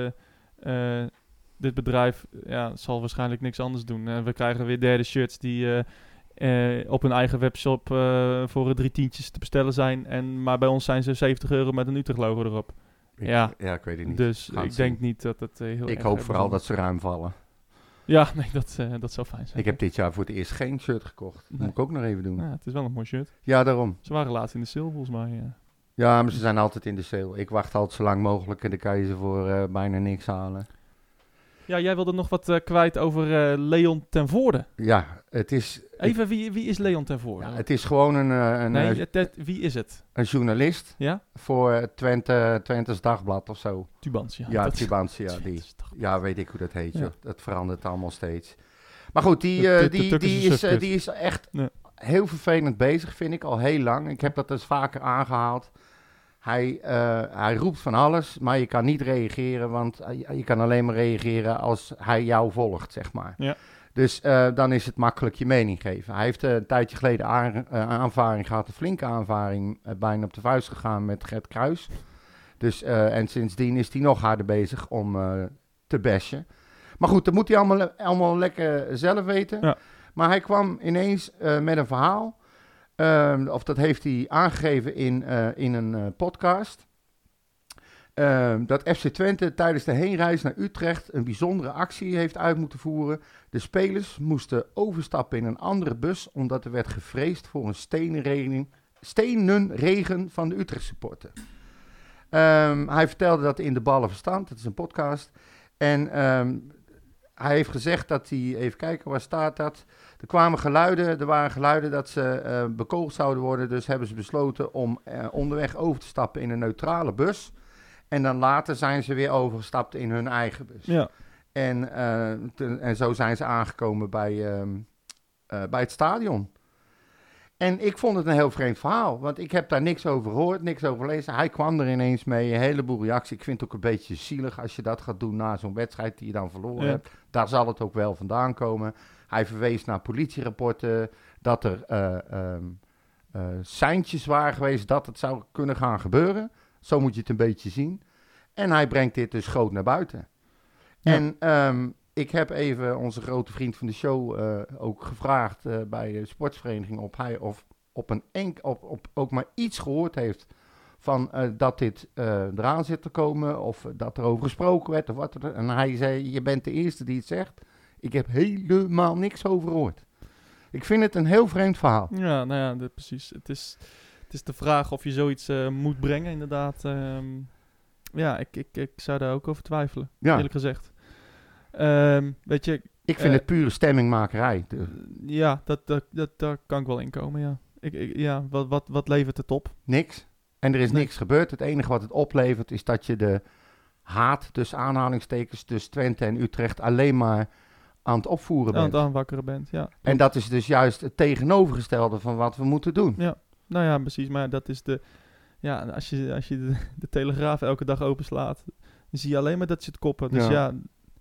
dit bedrijf, zal waarschijnlijk niks anders doen. We krijgen weer derde shirts die op hun eigen webshop voor 3 tientjes te bestellen zijn. Maar bij ons zijn ze €70 met een Utrecht-logo erop. Ja, ik weet het niet. Dus ik denk niet dat het heel erg... Ik hoop vooral dat ze ruim vallen. Ja, nee, dat zou fijn zijn. Ik heb dit jaar voor het eerst geen shirt gekocht. Dat moet ik ook nog even doen. Ja, het is wel een mooi shirt. Ja, daarom. Ze waren laatst in de sale, volgens mij. Ja, maar ze zijn altijd in de sale. Ik wacht altijd zo lang mogelijk en dan kan je ze voor bijna niks halen. Ja, jij wilde nog wat kwijt over Leon ten Voorde. Ja, het is... Even, wie is Leon ten Voorde? Ja, het is gewoon wie is het? Een journalist voor Twente's Dagblad of zo. Tubantia. Ja, Tubantia. Ja, weet ik hoe dat heet. Ja. Dat verandert allemaal steeds. Maar goed, die is echt heel vervelend bezig, vind ik, al heel lang. Ik heb dat dus vaker aangehaald. Hij roept van alles, maar je kan niet reageren, want je kan alleen maar reageren als hij jou volgt, zeg maar. Ja. Dus dan is het makkelijk je mening geven. Hij heeft een tijdje geleden aanvaring gehad, een flinke aanvaring, bijna op de vuist gegaan met Gert Kruijs. Dus, en sindsdien is hij nog harder bezig om te bashen. Maar goed, dat moet hij allemaal lekker zelf weten. Ja. Maar hij kwam ineens met een verhaal. Of dat heeft hij aangegeven in een podcast. dat FC Twente tijdens de heenreis naar Utrecht een bijzondere actie heeft uit moeten voeren. De spelers moesten overstappen in een andere bus, omdat er werd gevreesd voor een stenenregen van de Utrecht supporter. Hij vertelde dat in De Ballen Verstand, dat is een podcast. En hij heeft gezegd dat hij, even kijken, waar staat dat? Er waren geluiden dat ze bekogeld zouden worden, dus hebben ze besloten om onderweg over te stappen in een neutrale bus. En dan later zijn ze weer overgestapt in hun eigen bus. Ja. En zo zijn ze aangekomen bij het stadion. En ik vond het een heel vreemd verhaal, want ik heb daar niks over gehoord, niks over gelezen. Hij kwam er ineens mee, een heleboel reacties. Ik vind het ook een beetje zielig als je dat gaat doen na zo'n wedstrijd die je dan verloren hebt. Daar zal het ook wel vandaan komen. Hij verwees naar politierapporten dat er seintjes waren geweest dat het zou kunnen gaan gebeuren. Zo moet je het een beetje zien. En hij brengt dit dus groot naar buiten. Ja. En ik heb even onze grote vriend van de show ook gevraagd bij de sportsvereniging of hij ook maar iets gehoord heeft van dat dit eraan zit te komen of dat er over gesproken werd of wat. En hij zei, je bent de eerste die het zegt. Ik heb helemaal niks over gehoord. Ik vind het een heel vreemd verhaal. Ja, nou ja, precies. Het is de vraag of je zoiets moet brengen, inderdaad. Ja, ik zou daar ook over twijfelen, eerlijk gezegd. Weet je... Ik vind het pure stemmingmakerij. Ja, daar kan ik wel in komen, ja. Wat levert het op? Niks. En er is niks gebeurd. Het enige wat het oplevert is dat je de haat, dus aanhalingstekens, tussen Twente en Utrecht alleen maar aan het opvoeren bent. Aan het aanwakkeren bent, ja. En dat is dus juist het tegenovergestelde van wat we moeten doen. Ja, nou ja, precies. Maar dat is de... Ja, als je de Telegraaf elke dag openslaat, dan zie je alleen maar dat ze het koppen. Dus ja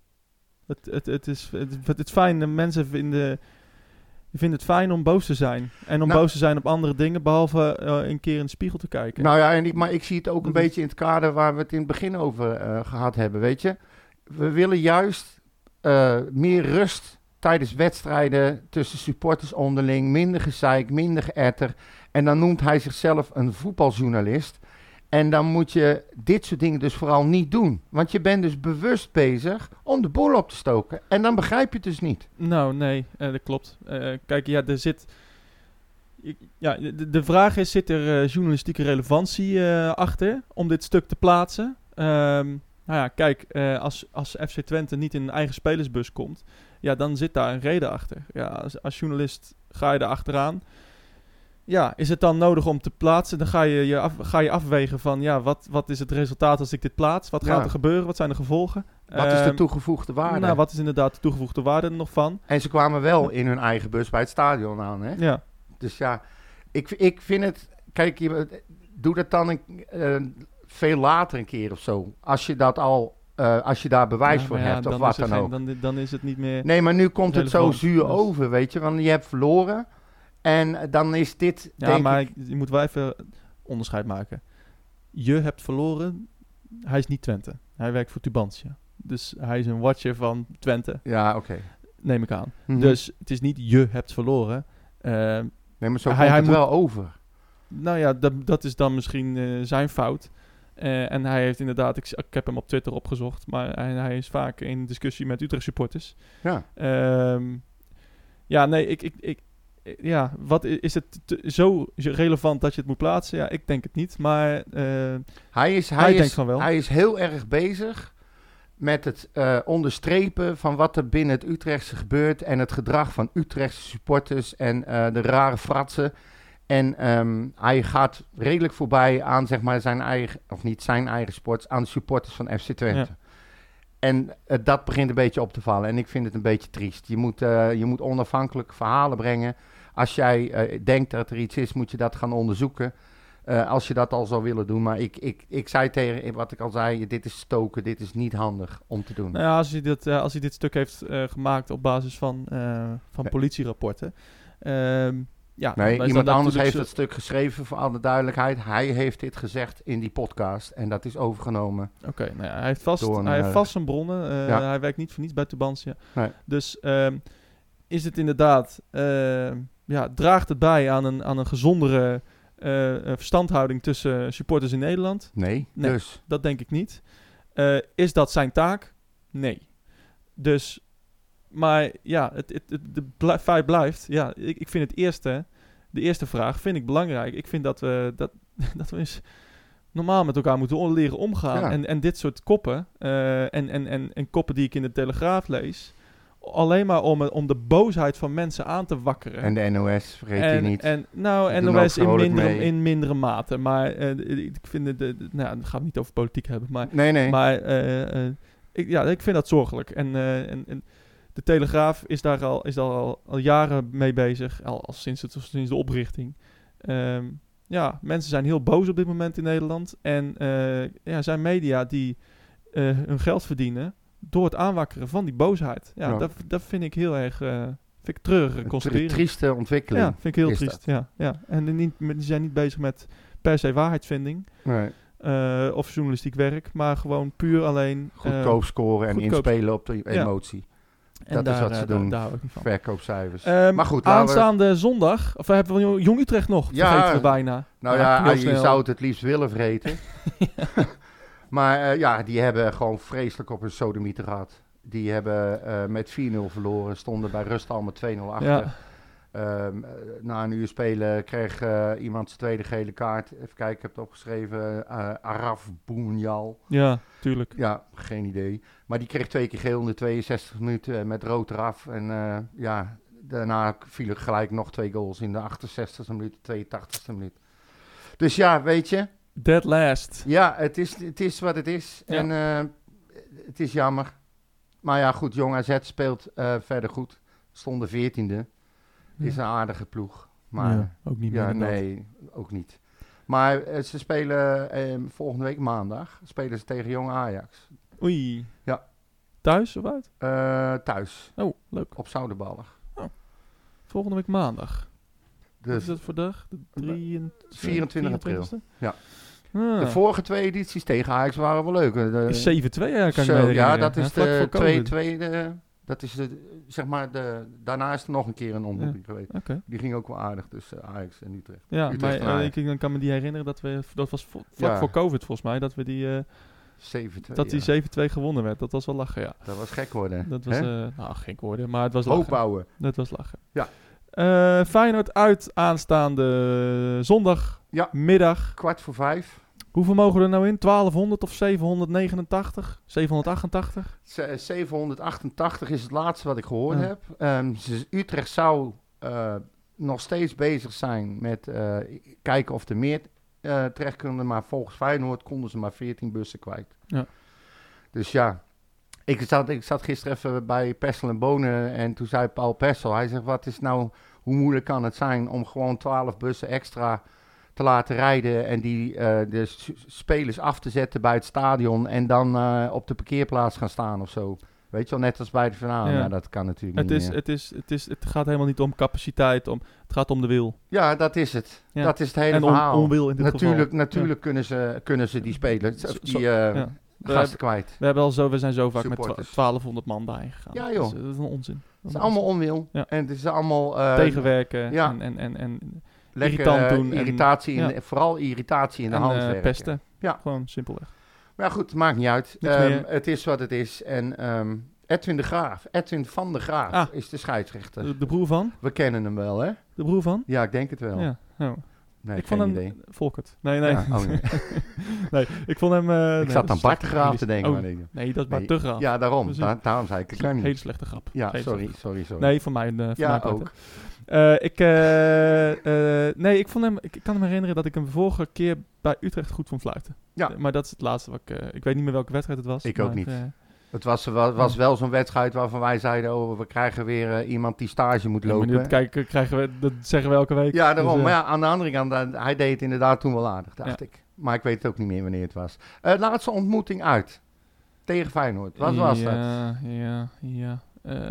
het is fijn. Mensen vinden het fijn om boos te zijn. En om boos te zijn op andere dingen, behalve een keer in de spiegel te kijken. Nou ja, maar ik zie het ook een beetje in het kader waar we het in het begin over gehad hebben, weet je. We willen juist meer rust tijdens wedstrijden tussen supporters onderling. Minder gezeik, minder geëtter. En dan noemt hij zichzelf een voetbaljournalist. En dan moet je dit soort dingen dus vooral niet doen. Want je bent dus bewust bezig om de boel op te stoken. En dan begrijp je het dus niet. Nou, nee, dat klopt. Kijk, ja, er zit... Ja, de vraag is, zit er journalistieke relevantie achter om dit stuk te plaatsen? Nou ja, kijk, als FC Twente niet in een eigen spelersbus komt, ja, dan zit daar een reden achter. Ja, als journalist ga je er achteraan. Ja, is het dan nodig om te plaatsen? Dan ga je afwegen van, ja, wat is het resultaat als ik dit plaats? Wat gaat er gebeuren? Wat zijn de gevolgen? Wat is de toegevoegde waarde? Nou, wat is inderdaad de toegevoegde waarde er nog van? En ze kwamen wel in hun eigen bus bij het stadion aan, hè? Ja. Dus ja, ik vind het... Kijk, doe dat dan veel later een keer of zo. Als je dat al... als je daar bewijs voor hebt of wat dan ook. Dan is het niet meer... Nee, maar nu komt het zo zuur over, weet je. Want je hebt verloren... En dan is dit... Ja, maar je moet wel even onderscheid maken. Je hebt verloren. Hij is niet Twente. Hij werkt voor Tubantia. Dus hij is een watcher van Twente. Ja, oké. Neem ik aan. Mm-hmm. Dus het is niet je hebt verloren. Nee, maar zo komt het wel over. Nou ja, dat is dan misschien zijn fout. En hij heeft inderdaad... Ik heb hem op Twitter opgezocht. Maar hij is vaak in discussie met Utrecht supporters. Ja. Ja, nee, ja, wat is het zo relevant dat je het moet plaatsen? Ja, ik denk het niet, maar hij denkt van wel. Hij is heel erg bezig met het onderstrepen van wat er binnen het Utrechtse gebeurt en het gedrag van Utrechtse supporters en de rare fratsen. En hij gaat redelijk voorbij aan, zeg maar, zijn eigen, of niet zijn eigen sports, aan de supporters van FC Twente. Ja. En dat begint een beetje op te vallen. En ik vind het een beetje triest. Je moet onafhankelijke verhalen brengen. Als jij denkt dat er iets is, moet je dat gaan onderzoeken. Als je dat al zou willen doen. Maar ik zei tegen wat ik al zei, dit is stoken, dit is niet handig om te doen. Nou ja, als hij dit stuk heeft gemaakt op basis van politierapporten... Ja, nee, iemand anders heeft het stuk geschreven, voor alle duidelijkheid. Hij heeft dit gezegd in die podcast en dat is overgenomen. Oké, nou ja, hij heeft vast zijn bronnen. Hij werkt niet voor niets bij Tubantia. Nee. Dus is het inderdaad... draagt het bij aan een gezondere verstandhouding tussen supporters in Nederland? Nee, Nee. dus. Dat denk ik niet. Is dat zijn taak? Nee. Dus, maar ja, het feit blijft. Ja, ik vind de eerste vraag vind ik belangrijk. Ik vind dat we eens normaal met elkaar moeten leren omgaan. Ja. En dit soort koppen, en koppen die ik in de Telegraaf lees, alleen maar om de boosheid van mensen aan te wakkeren. En de NOS, vergeet je niet. En Die nou, doen NOS ook vrolijk mee. in mindere mate. Maar ik vind het, nou, dan gaan we het niet over politiek hebben. Maar, Nee. maar ik vind dat zorgelijk. En de Telegraaf is daar al jaren mee bezig. Al sinds de oprichting. Mensen zijn heel boos op dit moment in Nederland. En zijn media die hun geld verdienen door het aanwakkeren van die boosheid. Ja, Ja. dat vind ik heel erg treurig constateren. Een trieste ontwikkeling. Ja, vind ik heel is triest. dat. Ja. En die zijn niet bezig met per se waarheidsvinding Nee. of journalistiek werk, maar gewoon puur alleen Goedkoop scoren en goedkoop. inspelen op de emotie. en dat is wat ze doen. Daar hou ik niet van. Verkoopcijfers. Maar goed, laten we- aanstaande zondag, of hebben we Jong Utrecht nog? Ja. Vergeten we bijna. Nou ja, heel je snel. zou het liefst willen vreten. Maar die hebben gewoon vreselijk op hun sodomieten gehad. Die hebben met 4-0 verloren, stonden bij rust al met 2-0 achter. Ja. Na een uur spelen kreeg iemand zijn tweede gele kaart. Even kijken, ik heb het opgeschreven. Araf Bounjal. Ja, tuurlijk. Ja, geen idee. Maar die kreeg 2 keer geel in de 62 minuten met rood eraf. En daarna vielen gelijk nog 2 goals in de 68e minuut, 82e minuut. Dus ja, weet je. Dead last. Ja, het is wat het is. Ja. En het is jammer. Maar ja, goed, Jong AZ speelt verder goed. Stonden 14e. Is een aardige ploeg. Maar Ja, ook niet meer. ja, dan dat. nee, ook niet. Maar ze spelen volgende week maandag. Spelen ze tegen Jong Ajax. Oei. Ja. Thuis of uit? Thuis. Oh, leuk. Op Zoudenballig. Volgende week maandag. Wat Dus is dat voor dag? De 24 april. 24e? Ja. Ah. de vorige 2 edities tegen Ajax waren wel leuk. Is 7-2, ja, kan ik Zo, me herinneren. ja, dat is vlak de voor COVID. tweede. Dat is zeg maar daarna is er nog een keer een ontmoeting geweest. Oké. Die ging ook wel aardig tussen Ajax en Utrecht. Ja, Utrecht en maar Ajax. ik kan me die herinneren dat was vlak Ja. voor COVID volgens mij, dat we die 7-2. dat die 7-2 gewonnen werd. Dat was wel lachen, ja. Dat was gek worden. Dat was, hè? gek worden, maar het was Hoop lachen. bouwen. Dat was lachen. Ja. Feyenoord uit aanstaande zondagmiddag. 4:15. Hoeveel mogen we er nou in? 1200 of 789? 788? 788 is het laatste wat ik gehoord Ja. heb. Utrecht zou nog steeds bezig zijn met kijken of er meer terecht kunnen. Maar volgens Feyenoord konden ze maar 14 bussen kwijt. Ja. Dus ja, ik zat gisteren even bij Pessel en Bonen en toen zei Paul Pessel, hij zegt, wat is nou, hoe moeilijk kan het zijn om gewoon 12 bussen extra te laten rijden en de spelers af te zetten bij het stadion en dan op de parkeerplaats gaan staan of zo. Weet je wel, net als bij de finale. Ja. Ja, dat kan natuurlijk niet meer. Het gaat helemaal niet om capaciteit, het gaat om de wil. Ja, dat is het. Ja. Dat is het hele En verhaal. onwil in dit geval. Natuurlijk kunnen ze die spelers, die Ja. gasten kwijt. We zijn zo vaak met Supporters. 1200 man daarheen gegaan. Ja, joh. Dat is een onzin. Het is allemaal onwil. Ja. En het is allemaal tegenwerken ja. en lekker, irritant doen. irritatie en, vooral irritatie in de hand werken. pesten. Ja. Gewoon simpelweg. Maar ja, goed, het maakt niet uit. Niks meer. Het is wat het is. En Edwin van de Graaf is de scheidsrechter. De broer van? We kennen hem wel, hè? De broer van? Ja, ik denk het wel. Ja. Oh. Nee, Ik geen vond hem... idee. Volkert. Nee. Ja, oh, nee. Nee, ik vond hem... Ik zat aan Bart de Graaf te denken. Oh, maar nee. nee, dat is Bart Nee. de Graaf. Ja, daarom. Dat is een- Daarom zei ik het kan Een niet. hele slechte grap. Ja, Hele sorry. slechte grap. Nee. Nee, van mij. Van Ja, mij part, ook. Nee, ik vond hem... Ik kan me herinneren dat ik hem vorige keer bij Utrecht goed vond fluiten. Ja. Maar dat is het laatste wat ik weet niet meer welke wedstrijd het was. Ik ook maar, niet. Het was wel zo'n wedstrijd waarvan wij zeiden, oh, we krijgen weer iemand die stage moet ja, maar lopen. dat zeggen we elke week. Ja, daarom. Dus, Maar ja, aan de andere kant, hij deed het inderdaad toen wel aardig, dacht ik. Maar ik weet het ook niet meer wanneer het was. Laatste ontmoeting uit. Tegen Feyenoord. Wat was dat? Ja.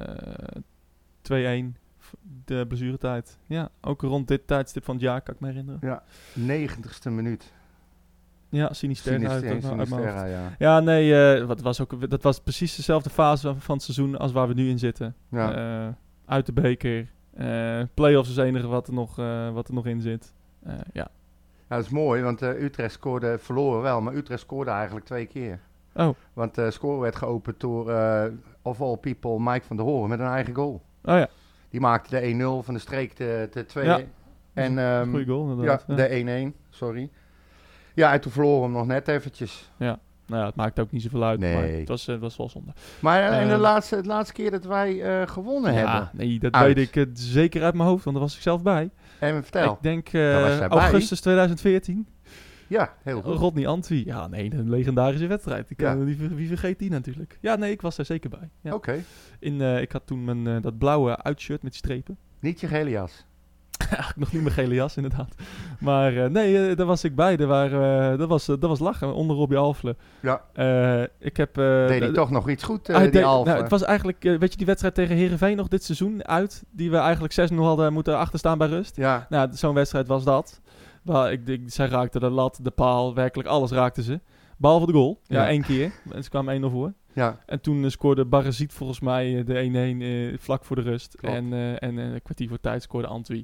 2-1. De blessuretijd. Ja, ook rond dit tijdstip van het jaar kan ik me herinneren. Ja, 90ste minuut. Ja, Sinisterra uit mijn hoofd. Sinisterra, ja. Ja, nee, dat was precies dezelfde fase van het seizoen als waar we nu in zitten. Ja. Uit de beker. Play-offs is het enige wat er nog in zit. Ja. Ja, dat is mooi, want Utrecht verloren wel, maar Utrecht scoorde eigenlijk 2 keer. Oh. Want de score werd geopend door, of all people, Mike van der Hoorn met een eigen goal. Oh ja. Die maakte de 1-0 van de streek de 2. Ja. En, goeie goal inderdaad. Ja, de 1-1, sorry. Ja, en toen verloren we hem nog net eventjes. Ja. Nou ja, het maakt ook niet zoveel uit, Nee. maar het was wel zonde. Maar en de laatste keer dat wij gewonnen hebben. Nee, dat Uit. weet ik zeker uit mijn hoofd, want daar was ik zelf bij. En vertel. Ik denk Daar was jij bij. augustus 2014. Ja, heel goed. Rodney Antwi. Ja, nee, een legendarische wedstrijd. Ja. Wie vergeet die natuurlijk? Ja, nee, ik was er zeker bij. Ja. Oké. Ik had toen mijn dat blauwe uitshirt met die strepen. Niet je gele jas. Eigenlijk nog niet mijn gele jas, inderdaad. Maar daar was ik bij. Dat was lachen, onder Robbie Alfle. Ja. Ik heb... Deed hij toch nog iets goed, hij die Alphen? Nou, het was eigenlijk, weet je die wedstrijd tegen Heerenveen nog dit seizoen uit? Die we eigenlijk 6-0 hadden moeten achterstaan bij rust. Ja. Nou, zo'n wedstrijd was dat. Zij raakten de lat, de paal, werkelijk alles raakten ze. Behalve de goal. Ja, 1 keer. En ze kwamen 1-0 voor. Ja. En toen scoorde Barazit volgens mij de 1-1 vlak voor de rust. Klopt. En een kwartier voor tijd scoorde Antwi.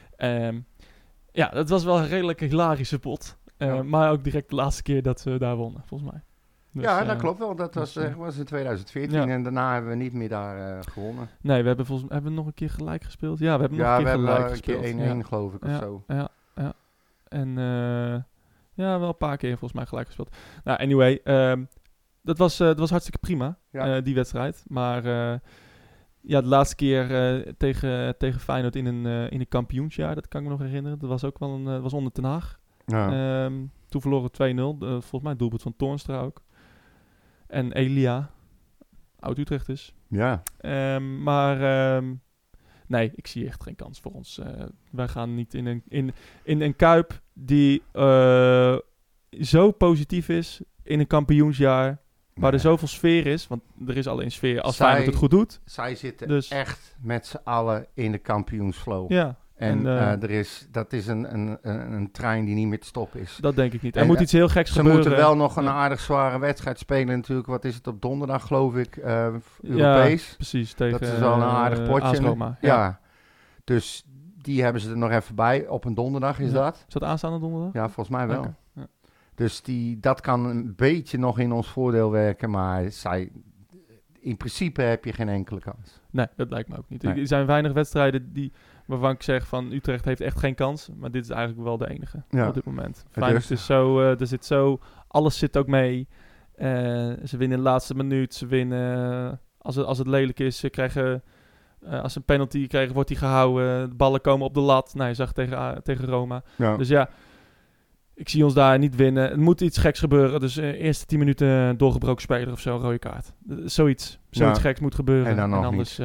Ja, dat was wel een redelijk hilarische pot. Ja. Maar ook direct de laatste keer dat ze daar wonnen, volgens mij. Dus, Ja, dat klopt wel. Dat dus, was in 2014 ja. en daarna hebben we niet meer daar gewonnen. Nee, we hebben we nog een keer gelijk gespeeld. Ja, we hebben nog Ja, een we keer gelijk hebben gespeeld. een keer 1-1 geloof ik of zo. Ja. En ja, wel een paar keer volgens mij gelijk gespeeld. Nou, anyway, dat was hartstikke prima, Ja. die wedstrijd. Maar ja, de laatste keer tegen Feyenoord in een kampioensjaar, dat kan ik me nog herinneren. Dat was ook wel was onder Ten Haag. Ja. Toen verloren we 2-0. Volgens mij doelpunt van Toornstra ook. En Elia, oud-Utrecht dus. Ja. Maar nee, ik zie echt geen kans voor ons. Wij gaan niet in een Kuip die zo positief is in een kampioensjaar, waar er zoveel sfeer is. Want er is alleen sfeer als Feyenoord het goed doet. Zij zitten Dus echt met z'n allen in de kampioensflow. ja, En dat is een trein die niet meer te stoppen is. dat denk ik niet. Er En, moet iets heel geks Ze gebeuren. moeten wel nog een Ja. aardig zware wedstrijd spelen natuurlijk. Wat is het op donderdag geloof ik? Europees. Ja, precies. Tegen, Dat is wel een aardig potje. AS Roma. Ja. Dus die hebben ze er nog even bij. Op een donderdag is Ja. dat. Is dat aanstaande donderdag? Ja, volgens mij wel. Oké, ja. Dus dat kan een beetje nog in ons voordeel werken. Maar in principe heb je geen enkele kans. Nee, dat lijkt me ook niet. Nee. Er zijn weinig wedstrijden waarvan ik zeg van Utrecht heeft echt geen kans. Maar dit is eigenlijk wel de enige Ja. op dit moment. Het Feyenoord is- is zo, er zit zo, alles zit ook mee. Ze winnen in de laatste minuut. Ze winnen, als het lelijk is, ze krijgen, als ze een penalty krijgen, wordt die gehouden. De ballen komen op de lat. Nou, je zag tegen Roma. Ja. Dus ja, ik zie ons daar niet winnen. Het moet iets geks gebeuren. Dus eerste 10 minuten doorgebroken speler of zo, een rode kaart. Zoiets geks moet gebeuren. En dan nog anders,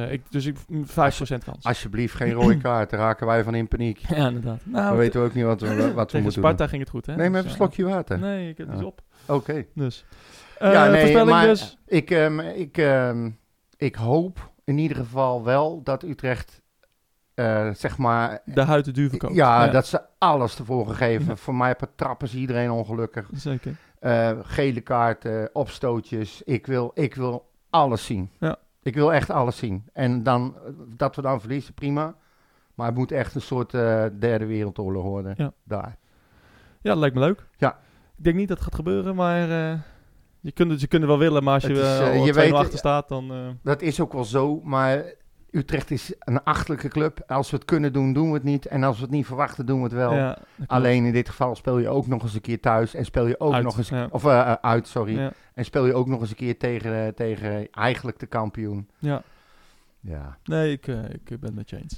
5% kans. Alsjeblieft geen rode kaart. Dan raken wij van in paniek. Ja, inderdaad. Nou, Dan weten we ook niet wat we tegen moeten Sparta doen. ging het goed, hè? Neem Dus, even een slokje water. Nee, ik heb iets Ja. op. Oké. Dus. Ja, nee, voorspelling maar dus. ik hoop in ieder geval wel dat Utrecht, zeg maar... De huid de duur verkoopt. Ja, dat ze alles ervoor gegeven. Ja. Voor mij trappen ze iedereen ongelukkig. Zeker. Gele kaarten, opstootjes. Ik wil alles zien. Ja. Ik wil echt alles zien. En dan, dat we dan verliezen, prima. Maar het moet echt een soort derde wereldoorlog worden. Ja. Daar. Ja, dat lijkt me leuk. Ja. Ik denk niet dat het gaat gebeuren, maar je kunt het wel willen. Maar als je, Het is, al je 2-0 weet- achter staat, dan... Dat is ook wel zo, maar Utrecht is een achterlijke club. Als we het kunnen doen, doen we het niet. En als we het niet verwachten, doen we het wel. ja, dat klopt. Alleen in dit geval speel je ook nog eens een keer thuis. En speel je ook Uit, nog eens... ja. Of uit, sorry. Ja. En speel je ook nog eens een keer tegen eigenlijk de kampioen. Ja. Ja. Nee, ik ben het met je eens.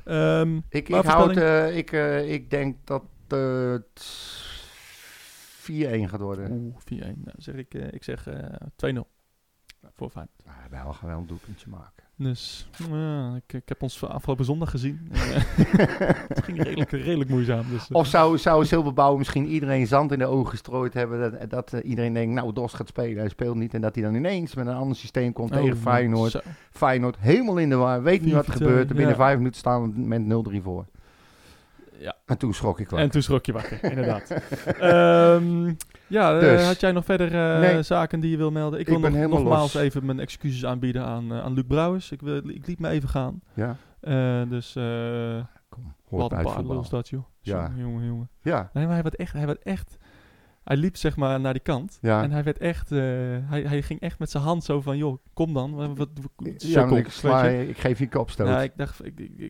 Ik denk dat het 4-1 gaat worden. Oeh, 4-1. Nou, zeg ik zeg 2-0 voor Feyenoord. Wij gaan wel een doelpuntje maken. Dus ik heb ons afgelopen zondag gezien. Het ging redelijk moeizaam. Dus, Of zou Silberbouw misschien iedereen zand in de ogen gestrooid hebben... dat iedereen denkt, nou, Dos gaat spelen. Hij speelt niet. En dat hij dan ineens met een ander systeem komt tegen Feyenoord. Zo. Feyenoord helemaal in de war. Weet niet wat er 4-2, gebeurt. Binnen ja. 5 minuten staan we met 0-3 voor. Ja. En toen schrok ik wel. En toen schrok je wakker, inderdaad. Dus. Had jij nog verder Nee. zaken die je wil melden? Ik Ik wil ben helemaal nogmaals los. even mijn excuses aanbieden aan Luc Brouwers. Ik liet me even gaan. Ja, Dus kom. Wat een paardenlul is dat, joh. Ja. Jongen. Ja. Nee, maar hij werd echt... Hij liep zeg maar naar die kant. Ja. En hij werd echt... hij ging echt met zijn hand zo van... Joh, kom dan. Ik geef je kopstoot. Ja, ik dacht...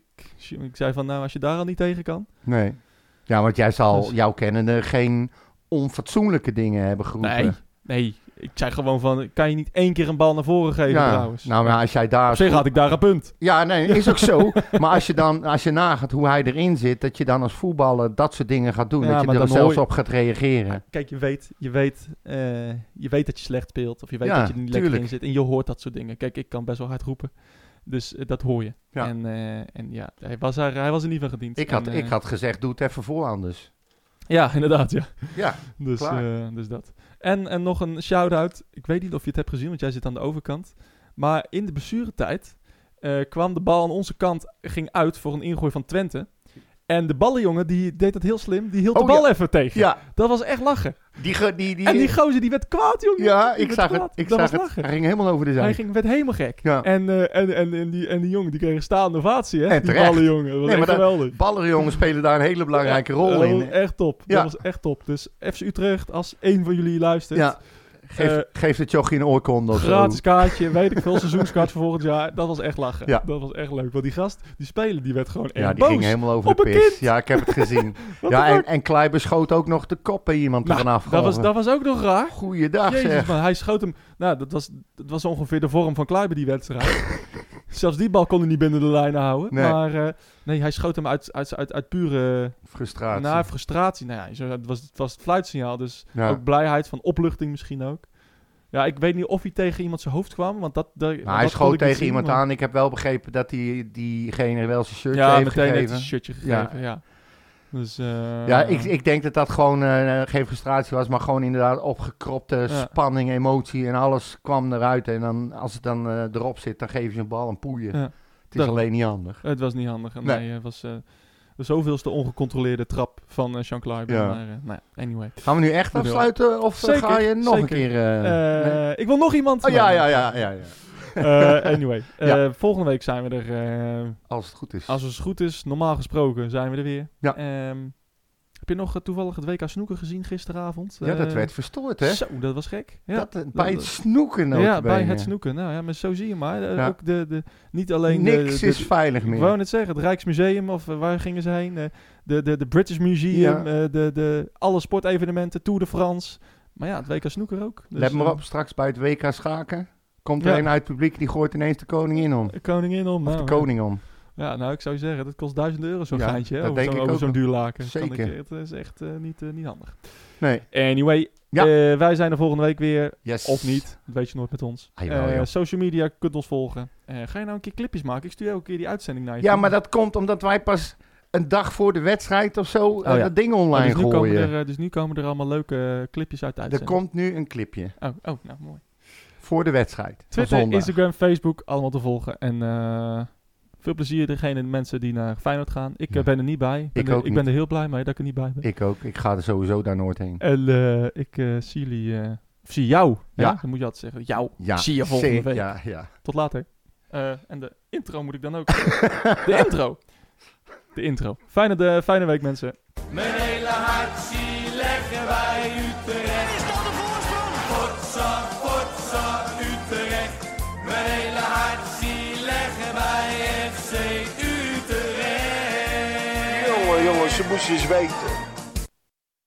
Ik zei van... Nou, als je daar al niet tegen kan... Nee. Ja, want jij zal jouw kennende geen onfatsoenlijke dingen hebben geroepen. Nee. Ik zei gewoon van... Kan je niet 1 keer een bal naar voren geven trouwens? Nou, maar als jij daar... Op zich had ik daar een punt. Ja, nee, is ook zo. Maar als je nagaat hoe hij erin zit... Dat je dan als voetballer dat soort dingen gaat doen. Dat je er zelfs op gaat reageren. Kijk, je weet dat je slecht speelt. Of je weet dat je er niet lekker in zit. En je hoort dat soort dingen. Kijk, ik kan best wel hard roepen. Dus dat hoor je. Ja. En ja, hij was er niet van gediend. Ik had gezegd, doe het even voor anders. Ja, inderdaad, ja. Ja, dus dat. En nog een shout-out. Ik weet niet of je het hebt gezien, want jij zit aan de overkant. Maar in de blessuretijd kwam de bal aan onze kant, ging uit voor een ingooi van Twente. En de ballenjongen, die deed dat heel slim. Die hield de bal even tegen. Ja. Dat was echt lachen. En die gozer, die werd kwaad, jongen. Ja, ik zag het. Hij ging helemaal over de zijde. Hij werd helemaal gek. Ja. En die jongen, die kreeg een staande ovatie, hè? En die ballenjongen. Dat was echt geweldig. Ballenjongen spelen daar een hele belangrijke rol in. Echt top. Ja. Dat was echt top. Dus FC Utrecht, als één van jullie luistert... Ja. Geef het jochie een oorkonde of gratis kaartje, weet ik veel, seizoenskaart voor volgend jaar. Dat was echt lachen. Ja. Dat was echt leuk. Want die gast, die speler, die werd gewoon echt boos. Die ging helemaal over de pis. Ja, ik heb het gezien. En Kleiber schoot ook nog de kop bij iemand ervan af. Dat was ook nog raar. Goeiedag, zeg. Man, hij schoot hem... Nou, dat was ongeveer de vorm van Kleiber, die wedstrijd. Zelfs die bal kon hij niet binnen de lijnen houden. Nee. Maar hij schoot hem uit pure... frustratie. Frustratie. Nou ja, het was het fluitsignaal. Dus ook blijheid, van opluchting misschien ook. Ja, ik weet niet of hij tegen iemand zijn hoofd kwam. Want hij schoot tegen iemand aan. Ik heb wel begrepen dat diegene wel zijn shirtje heeft gegeven. Ja, meteen een shirtje gegeven, ja. Dus, ik denk dat gewoon geen frustratie was, maar gewoon inderdaad opgekropte spanning, emotie en alles kwam eruit. En dan, als het dan erop zit, dan geef je een bal een poeien. Ja. Het is alleen niet handig. Het was niet handig. Nee, het was de zoveelste ongecontroleerde trap van Sean Kleiber. Ja. Maar anyway. Gaan we nu echt afsluiten of ga je nog een keer... Ik wil nog iemand... Oh, ja. Anyway, volgende week zijn we er... als het goed is. Als het goed is, normaal gesproken, zijn we er weer. Ja. Heb je nog toevallig het WK snoeken gezien gisteravond? Ja, dat werd verstoord, hè? Zo, dat was gek. Ja, bij het snoeken ook. Ja, bij het snoeken. Nou ja, maar zo zie je maar. Ook niet alleen... Niks is veilig meer. Ik wou net zeggen, het Rijksmuseum, of waar gingen ze heen? De British Museum, alle sportevenementen, Tour de France. Maar ja, het WK snoeker ook. Dus, let maar op, straks bij het WK schaken komt er een uit het publiek, die gooit ineens de koningin om. De koningin om. Of de koning om. Ja, nou, ik zou zeggen, dat kost €1000 zo'n geintje. Hè? Dat denk ik over zo'n duur laken. Zeker. Het is echt niet handig. Nee. Anyway, wij zijn er volgende week weer. Yes. Of niet, dat weet je nooit met ons. Social media, kunt ons volgen. Ga je nou een keer clipjes maken? Ik stuur elke keer die uitzending naar je. Ja, maar dat komt omdat wij pas een dag voor de wedstrijd of zo dat ding online gooien. Dus nu komen er allemaal leuke clipjes uit de uitzending. Er komt nu een clipje. Oh, nou mooi. Voor de wedstrijd. Twitter, Instagram, Facebook, allemaal te volgen. En veel plezier degene mensen die naar Feyenoord gaan. Ik ben er niet bij. Ik ben er heel blij mee dat ik er niet bij ben. Ik ook. Ik ga er sowieso daar nooit heen. En ik zie jullie... zie jou. Ja. Dat moet je altijd zeggen. Jou. Ja. Zie je volgende week. Ja. Tot later. En de intro moet ik dan ook. De intro. Fijne week, mensen. Mijn hele hart zie leggen wij Utrecht. Is dat de voorsprong? Potsa, Utrecht. Mijn hele hart zie leggen wij FC Utrecht. Jongens, ze moesten eens weten.